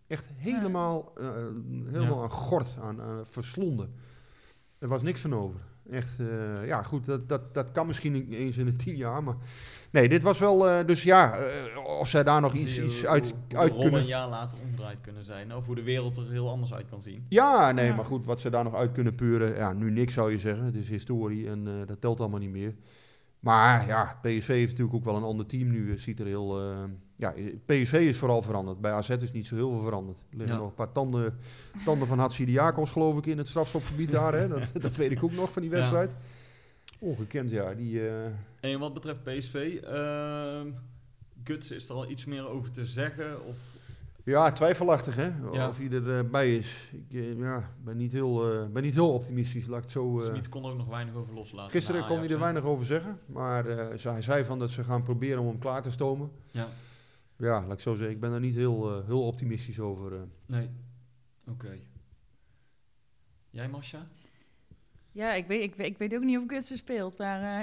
C: Echt helemaal aan gort, aan verslonden. Er was niks van over. Echt, goed, dat kan misschien eens in de 10 jaar, maar... Nee, dit was wel, of zij daar nog iets uit kunnen...
B: een jaar later omgedraaid kunnen zijn, of hoe de wereld er heel anders uit kan zien.
C: Ja, nee, maar goed, wat ze daar nog uit kunnen peuren, ja, nu niks zou je zeggen. Het is historie en dat telt allemaal niet meer. Maar ja, PSV heeft natuurlijk ook wel een ander team nu. Ziet er heel... PSV is vooral veranderd. Bij AZ is niet zo heel veel veranderd. Er liggen nog een paar tanden van Hatsidiakos, geloof ik, in het strafschopgebied daar. Hè? Dat weet ik ook nog van die wedstrijd. Ja. Ongekend, ja.
B: En wat betreft PSV, Guts, is er al iets meer over te zeggen? Of...
C: Ja, twijfelachtig, hè? Ja. Of hij erbij is. Ik ben niet heel optimistisch, laat ik het zo...
B: Smit kon er ook nog weinig over loslaten.
C: Gisteren kon hij er weinig over zeggen, maar hij zei van dat ze gaan proberen om hem klaar te stomen. Ja. Ja, laat ik zo zeggen, ik ben er niet heel optimistisch over.
B: Nee, oké. Jij, Masha?
F: Ja, ik weet ook niet of Guts speelt, maar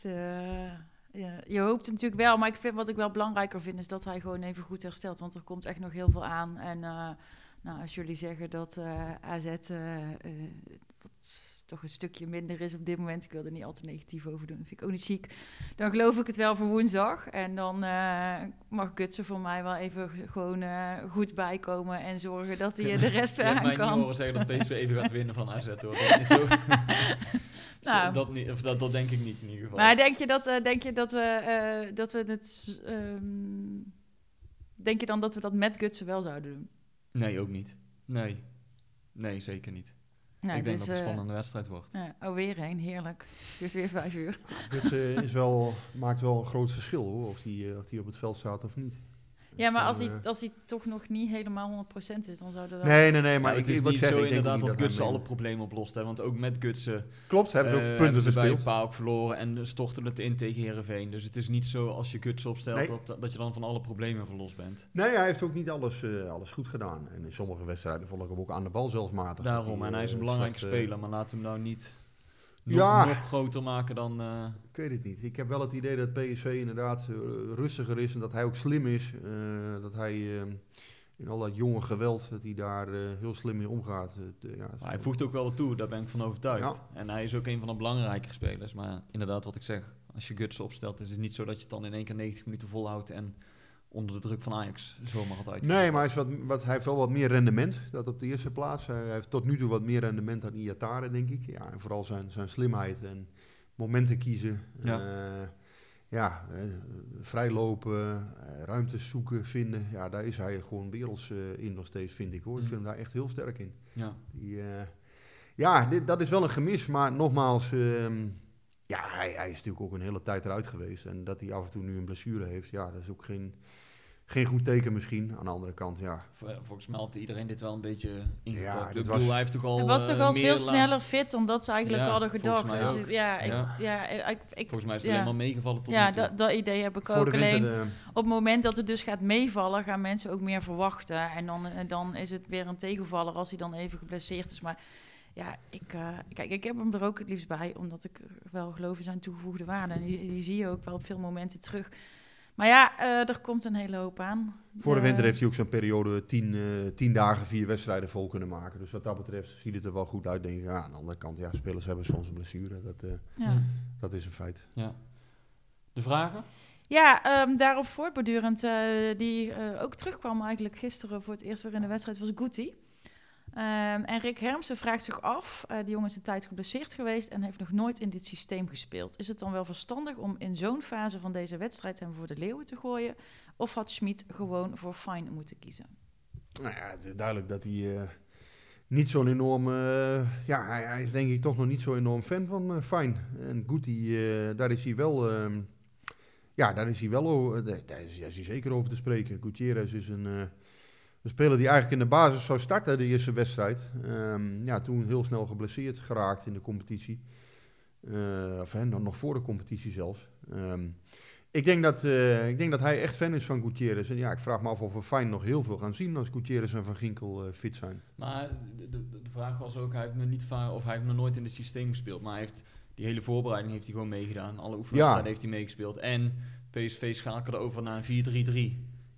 F: je hoopt natuurlijk wel. Maar wat ik wel belangrijker vind, is dat hij gewoon even goed herstelt. Want er komt echt nog heel veel aan. En als jullie zeggen dat AZ toch een stukje minder is op dit moment. Ik wil er niet al te negatief over doen. Dat vind ik ook niet chic. Dan geloof ik het wel voor woensdag. En dan mag Gutsen voor mij wel even gewoon goed bijkomen. En zorgen dat hij de rest weer aan kan. Ik heb mij niet
B: horen zeggen dat PSV even gaat winnen van AZ, hoor. Dat is zo... dat denk ik niet in ieder geval.
F: Maar denk je dat we het... denk je dan dat we dat met Gutsen wel zouden doen?
B: Nee, ook niet. Nee, zeker niet.
F: Nou,
B: ik denk dat het een spannende wedstrijd wordt.
F: Ja, weer heen, heerlijk. Het duurt weer 5 uur.
C: Gutsen maakt wel een groot verschil, hoor, of hij op het veld staat of niet.
F: Ja, maar als hij toch nog niet helemaal 100% is, dan zou dat...
C: Nee, maar
B: het is niet zo inderdaad dat Gutsen alle problemen oplost. Hè, want ook met Gutsen...
C: Klopt, hebben ze ook punten
B: bij een paar ook verloren en storten het in tegen Heerenveen. Dus het is niet zo als je Gutsen opstelt dat je dan van alle problemen verlost bent.
C: Nee, hij heeft ook niet alles goed gedaan. En in sommige wedstrijden vond ik hem ook aan de bal zelfs matig.
B: Daarom, en hij is een belangrijke speler, maar laat hem nou niet... Nog groter maken dan...
C: Ik weet het niet. Ik heb wel het idee dat PSV inderdaad rustiger is en dat hij ook slim is. Dat hij in al dat jonge geweld, dat hij daar heel slim mee omgaat.
B: Hij voegt ook wel wat toe, daar ben ik van overtuigd. Ja. En hij is ook een van de belangrijke spelers. Maar inderdaad, wat ik zeg, als je Gutsen opstelt, is het niet zo dat je het dan in één keer 90 minuten volhoudt en onder de druk van Ajax zomaar had uitgevoerd.
C: Nee, maar hij heeft wel wat meer rendement, dat op de eerste plaats. Hij heeft tot nu toe wat meer rendement dan Iatare, denk ik. Ja, en vooral zijn slimheid en momenten kiezen. Vrijlopen, ruimtes zoeken, vinden. Ja, daar is hij gewoon werelds in nog steeds, vind ik, hoor. Ik vind hem daar echt heel sterk in. Ja. Dat is wel een gemis, maar nogmaals... hij is natuurlijk ook een hele tijd eruit geweest. En dat hij af en toe nu een blessure heeft, ja, dat is ook geen goed teken misschien. Aan de andere kant, ja.
B: Volgens mij had iedereen dit wel een beetje ingepakt.
C: Ja,
B: hij heeft toch al...
F: Hij was toch al veel sneller fit dan dat ze eigenlijk hadden gedacht.
B: Volgens mij is het alleen maar meegevallen tot nu toe.
F: Dat idee heb ik ook. Alleen op het moment dat het dus gaat meevallen, gaan mensen ook meer verwachten. En dan is het weer een tegenvaller als hij dan even geblesseerd is. Maar... Ja, ik heb hem er ook het liefst bij, omdat ik wel geloof in zijn toegevoegde waarde. En die zie je ook wel op veel momenten terug. Maar ja, er komt een hele hoop aan.
C: Voor de winter heeft hij ook zo'n periode 10 dagen 4 wedstrijden vol kunnen maken. Dus wat dat betreft ziet het er wel goed uit, denk ik. Ja, aan de andere kant, ja, spelers hebben soms een blessure. Dat is een feit.
B: Ja. De vragen?
F: Ja, daarop voortbordurend, die ook terugkwam eigenlijk gisteren voor het eerst weer in de wedstrijd, was Guti. En Rick Hermsen vraagt zich af, die jongen is een tijd geblesseerd geweest en heeft nog nooit in dit systeem gespeeld. Is het dan wel verstandig om in zo'n fase van deze wedstrijd hem voor de leeuwen te gooien? Of had Smit gewoon voor Fine moeten kiezen?
C: Nou ja, het is duidelijk dat hij niet zo'n enorm... hij is denk ik toch nog niet zo enorm fan van Fine. En Guti, daar is hij wel... daar is hij zeker over te spreken. Gutierrez is een speler die eigenlijk in de basis zou starten, de eerste wedstrijd. Toen heel snel geblesseerd geraakt in de competitie. Nog voor de competitie zelfs. Ik denk dat hij echt fan is van Gutierrez. En ja, ik vraag me af of we Fine nog heel veel gaan zien als Gutierrez en Van Ginkel fit zijn.
B: Maar de vraag was ook, hij heeft nog nooit in het systeem gespeeld. Maar hij heeft die hele voorbereiding heeft hij gewoon meegedaan. Alle oefenwedstrijden heeft hij meegespeeld. En PSV schakelde over naar een 4-3-3.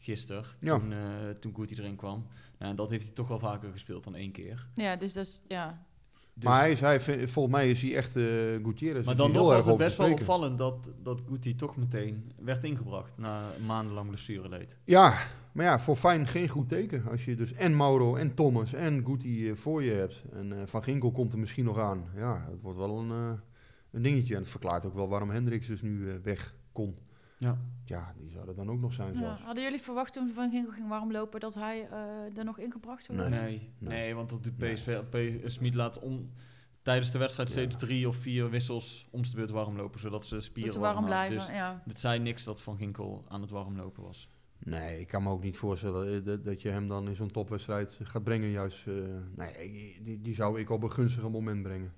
B: gisteren,
C: Ja.
B: toen Guti erin kwam. En dat heeft hij toch wel vaker gespeeld dan 1 keer.
F: Ja, dus dat is... Ja.
B: Dus,
C: Maar volgens mij is hij echt Gutierrez.
B: maar
C: is
B: dan
C: hier
B: nog
C: heel
B: was
C: erg
B: het
C: over
B: best
C: te
B: wel
C: spreken.
B: opvallend dat Guti toch meteen werd ingebracht na een maandenlang blessureleed.
C: Ja, maar ja, voor Fijn geen goed teken. Als je dus en Mauro en Thomas en Guti voor je hebt. En Van Ginkel komt er misschien nog aan. Ja, dat wordt wel een dingetje. En het verklaart ook wel waarom Hendricks dus nu weg kon.
B: Ja.
C: Ja, die zou er dan ook nog zijn
F: Ja.
C: zelfs.
F: Hadden jullie verwacht toen Van Ginkel ging warm lopen dat hij er nog ingebracht zou worden?
B: Nee, want dat doet PSV. Smit laat tijdens de wedstrijd steeds 3 of 4 wissels om de beurt warm lopen, zodat ze spieren
F: Dat ze warm
B: houden.
F: blijven,
B: Dus
F: ja.
B: het zei niks dat Van Ginkel aan het warm lopen was.
C: Nee, ik kan me ook niet voorstellen dat je hem dan in zo'n topwedstrijd gaat brengen. Juist, nee, die zou ik op een gunstiger moment brengen.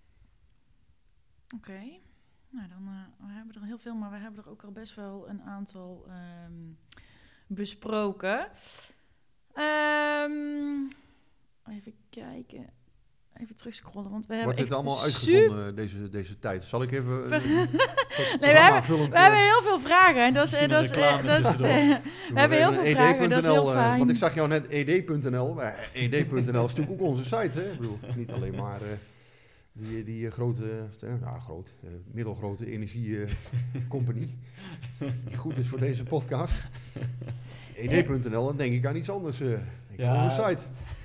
F: Oké. Nou, dan we hebben er heel veel, maar we hebben er ook al best wel een aantal besproken. Even kijken. Even terugscrollen, want we hebben
C: Wordt dit
F: echt
C: allemaal uitgezonden deze tijd? Zal ik even
F: we hebben heel veel vragen. En dat is,
B: Misschien een reclame tussendoor.
F: we hebben heel veel vragen, dat is heel fijn.
C: Want ik zag jou net ed.nl. Maar ed.nl is natuurlijk ook onze site. Hè? Ik bedoel, niet alleen maar die grote, middelgrote energiecompagnie. Die goed is voor deze podcast. ed.nl, dan denk ik aan iets anders. Onze site.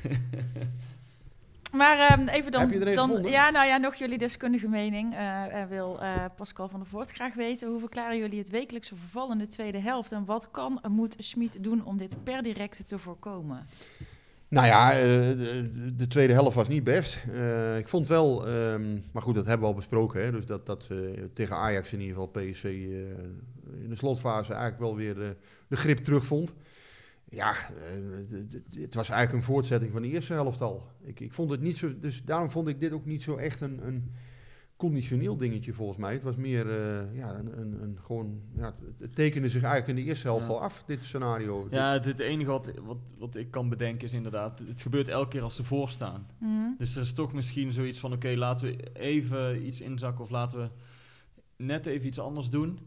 F: Maar even dan...
C: Heb je er een gevonden?
F: Ja, nou ja, nog jullie deskundige mening. Wil Pascal van der Voort graag weten. Hoe verklaren jullie het wekelijkse verval in de tweede helft? En wat moet Smit doen om dit per direct te voorkomen?
C: Nou ja, de tweede helft was niet best. Ik vond wel, maar goed, dat hebben we al besproken. Hè, dus dat tegen Ajax in ieder geval PSV in de slotfase eigenlijk wel weer de grip terugvond. Ja, het was eigenlijk een voortzetting van de eerste helft al. Ik vond het niet zo, dus daarom vond ik dit ook niet zo echt een conditioneel dingetje volgens mij. Het was meer, het tekende zich eigenlijk in de eerste helft al af, dit scenario.
B: Ja, het enige wat ik kan bedenken is inderdaad, het gebeurt elke keer als ze voorstaan.
F: Mm.
B: Dus er is toch misschien zoiets van, oké, laten we even iets inzakken of laten we net even iets anders doen.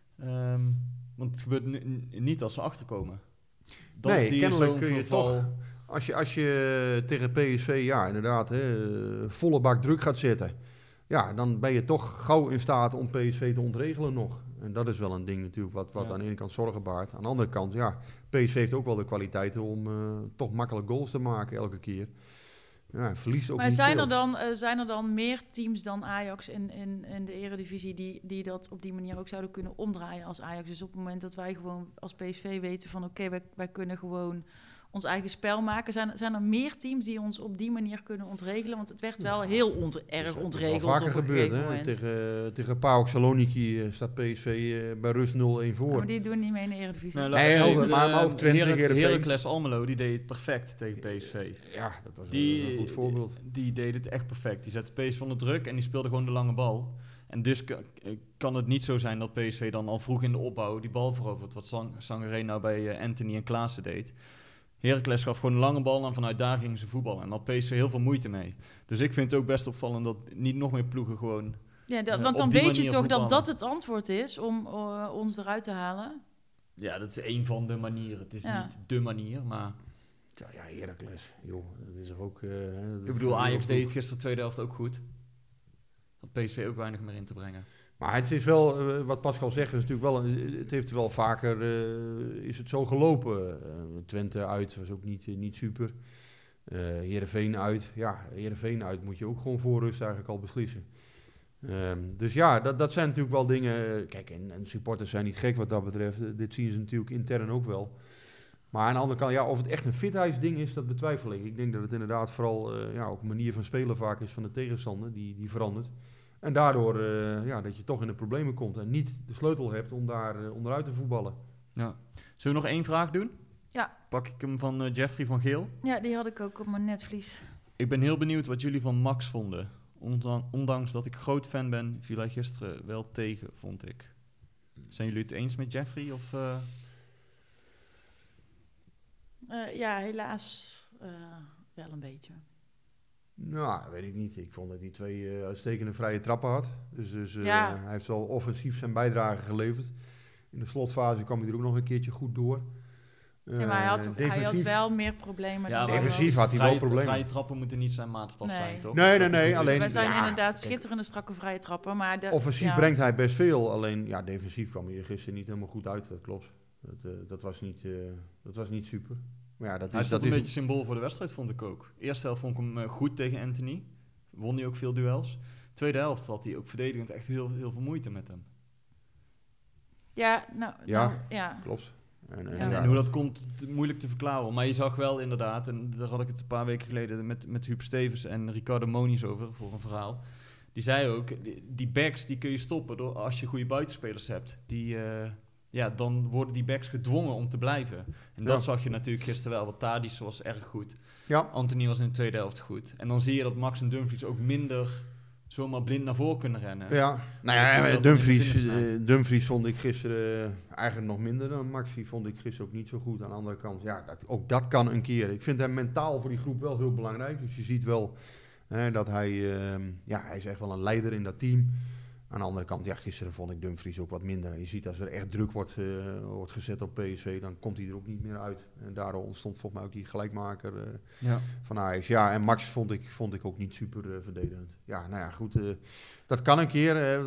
B: Want het gebeurt niet als ze achterkomen. Dan
C: Nee,
B: zie je
C: kennelijk
B: zo'n
C: kun je
B: verval.
C: toch, als je tegen PSV, ja inderdaad, volle bak druk gaat zetten, ja, dan ben je toch gauw in staat om PSV te ontregelen nog. En dat is wel een ding natuurlijk wat aan de ene kant zorgen baart. Aan de andere kant, ja, PSV heeft ook wel de kwaliteiten om toch makkelijk goals te maken elke keer. Ja, verliest ook
F: Maar
C: niet
F: zijn er dan meer teams dan Ajax in de Eredivisie die dat op die manier ook zouden kunnen omdraaien als Ajax? Dus op het moment dat wij gewoon als PSV weten van oké, wij kunnen gewoon ons eigen spel maken. Zijn er meer teams die ons op die manier kunnen ontregelen? Want het werd wel heel erg ontregeld.
C: Het is wel vaker
F: op een
C: gebeurd,
F: gegeven
C: hè?
F: moment.
C: Tegen PAOK Saloniki staat PSV bij rust 0-1 voor.
F: Ja, maar die doen niet mee in de Eredivisie.
C: Maar ook Twente, Heerenveen.
B: Heracles Almelo, die deed het perfect tegen PSV.
C: Ja, dat was een goed voorbeeld.
B: Die deed het echt perfect. Die zette PSV onder druk en die speelde gewoon de lange bal. En dus kan het niet zo zijn dat PSV dan al vroeg in de opbouw die bal verovert. Wat Sangaré nou bij Anthony en Klaassen deed. Heracles gaf gewoon een lange bal en vanuit daar gingen ze voetballen. En daar had PSV heel veel moeite mee. Dus ik vind het ook best opvallend dat niet nog meer ploegen gewoon...
F: Ja, want dan weet je toch dat dat het antwoord is om ons eruit te halen?
B: Ja, dat is één van de manieren. Het is niet dé manier, maar...
C: Ja, Heracles, joh, dat is er ook...
B: ik bedoel, Ajax deed het gisteren tweede helft ook goed. Had PSV ook weinig meer in te brengen.
C: Maar het is wel, wat Pascal zegt, is natuurlijk wel, het heeft wel vaker, is het zo gelopen. Twente uit was ook niet super. Heerenveen uit, Heerenveen uit moet je ook gewoon voor rust eigenlijk al beslissen. Dus ja, dat zijn natuurlijk wel dingen, kijk, en supporters zijn niet gek wat dat betreft. Dit zien ze natuurlijk intern ook wel. Maar aan de andere kant, ja, of het echt een fitheidsding is, dat betwijfel ik. Ik denk dat het inderdaad vooral ook een manier van spelen vaak is van de tegenstander, die verandert. En daardoor dat je toch in de problemen komt en niet de sleutel hebt om daar onderuit te voetballen.
B: Ja. Zullen we nog één vraag doen?
F: Ja.
B: Pak ik hem van Jeffrey van Geel.
F: Ja, die had ik ook op mijn netvlies.
B: Ik ben heel benieuwd wat jullie van Max vonden. Ondanks dat ik groot fan ben, viel hij gisteren wel tegen, vond ik. Zijn jullie het eens met Jeffrey? Of,
F: ja, helaas wel een beetje.
C: Nou, weet ik niet. Ik vond dat hij 2 uitstekende vrije trappen had. Dus
F: Ja.
C: hij heeft wel offensief zijn bijdrage geleverd. In de slotfase kwam hij er ook nog een keertje goed door.
F: Ja, maar hij had wel meer problemen.
B: Ja,
F: dan
C: defensief
F: wel.
C: had hij wel problemen.
B: Vrije trappen moeten niet zijn maatstaf zijn, toch?
C: Nee,
B: Dat is goed.
C: alleen...
F: We zijn
C: ja,
F: inderdaad schitterende strakke vrije trappen. Maar
C: offensief brengt hij best veel. Alleen, ja, defensief kwam hij er gisteren niet helemaal goed uit. Dat klopt. Dat was niet super. Maar ja,
B: Hij is een beetje symbool voor de wedstrijd, vond ik ook. Eerste helft vond ik hem goed tegen Anthony. Won hij ook veel duels. Tweede helft had hij ook verdedigend echt heel veel moeite met hem.
F: Ja,
C: klopt.
B: En hoe dat komt, moeilijk te verklaren. Maar je zag wel inderdaad, en daar had ik het een paar weken geleden met Huub Stevens en Ricardo Moniz over voor een verhaal. Die zei ook, die backs die kun je stoppen door als je goede buitenspelers hebt. Dan worden die backs gedwongen om te blijven. En dat zag je natuurlijk gisteren wel. Want Tadic was erg goed.
C: Ja.
B: Anthony was in de tweede helft goed. En dan zie je dat Max en Dumfries ook minder zomaar blind naar voren kunnen rennen.
C: Ja, Dumfries vond ik gisteren eigenlijk nog minder dan Maxi. Vond ik gisteren ook niet zo goed. Aan de andere kant, ja, ook dat kan een keer. Ik vind hem mentaal voor die groep wel heel belangrijk. Dus je ziet wel dat hij is echt wel een leider in dat team. Aan de andere kant, ja, gisteren vond ik Dumfries ook wat minder. Je ziet als er echt druk wordt gezet op PSV, dan komt hij er ook niet meer uit. En daardoor ontstond volgens mij ook die gelijkmaker van Ajax. Ja, en Max vond ik ook niet super verdedigend. Ja, nou ja, goed. Dat kan een keer.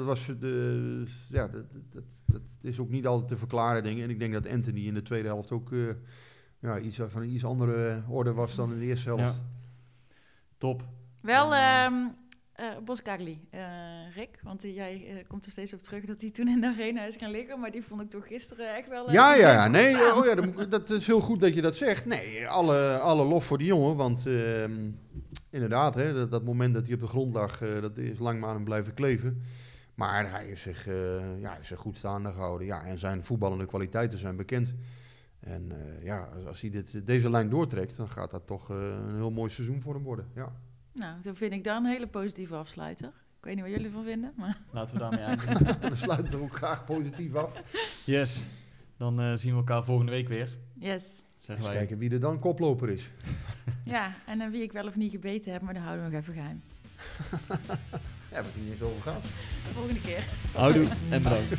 C: Dat is ook niet altijd te verklaren, denk ik. En ik denk dat Anthony in de tweede helft ook iets van een iets andere orde was dan in de eerste helft.
B: Ja. Top.
F: Wel... Boskagli, Rick, want jij komt er steeds op terug dat hij toen in de arena is gaan liggen, maar die vond ik toch gisteren echt wel...
C: dat is heel goed dat je dat zegt. Nee, alle lof voor die jongen, want inderdaad, dat moment dat hij op de grond lag, dat is lang maar aan hem blijven kleven. Maar hij heeft zich goed staande gehouden, ja, en zijn voetballende kwaliteiten zijn bekend. En als hij deze lijn doortrekt, dan gaat dat toch een heel mooi seizoen voor hem worden, ja.
F: Nou, dan vind ik dan een hele positieve afsluiter. Ik weet niet wat jullie ervan vinden, maar...
B: Laten we daarmee eindigen.
C: We sluiten er ook graag positief af.
B: Yes. Dan zien we elkaar volgende week weer.
F: Yes.
C: Eens kijken wie er dan koploper is.
F: Ja, en wie ik wel of niet gebeten heb, maar dat houden we nog even geheim.
C: Ja, we hebben het niet eens over gehad.
F: De volgende keer.
B: Houdoe en bedankt.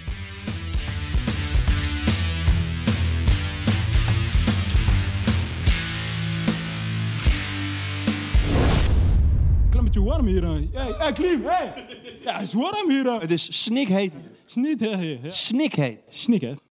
I: Het is warm hier. Hey, Klim, hey! Ja, het is warm hier. Het is snikheet. Snikheet.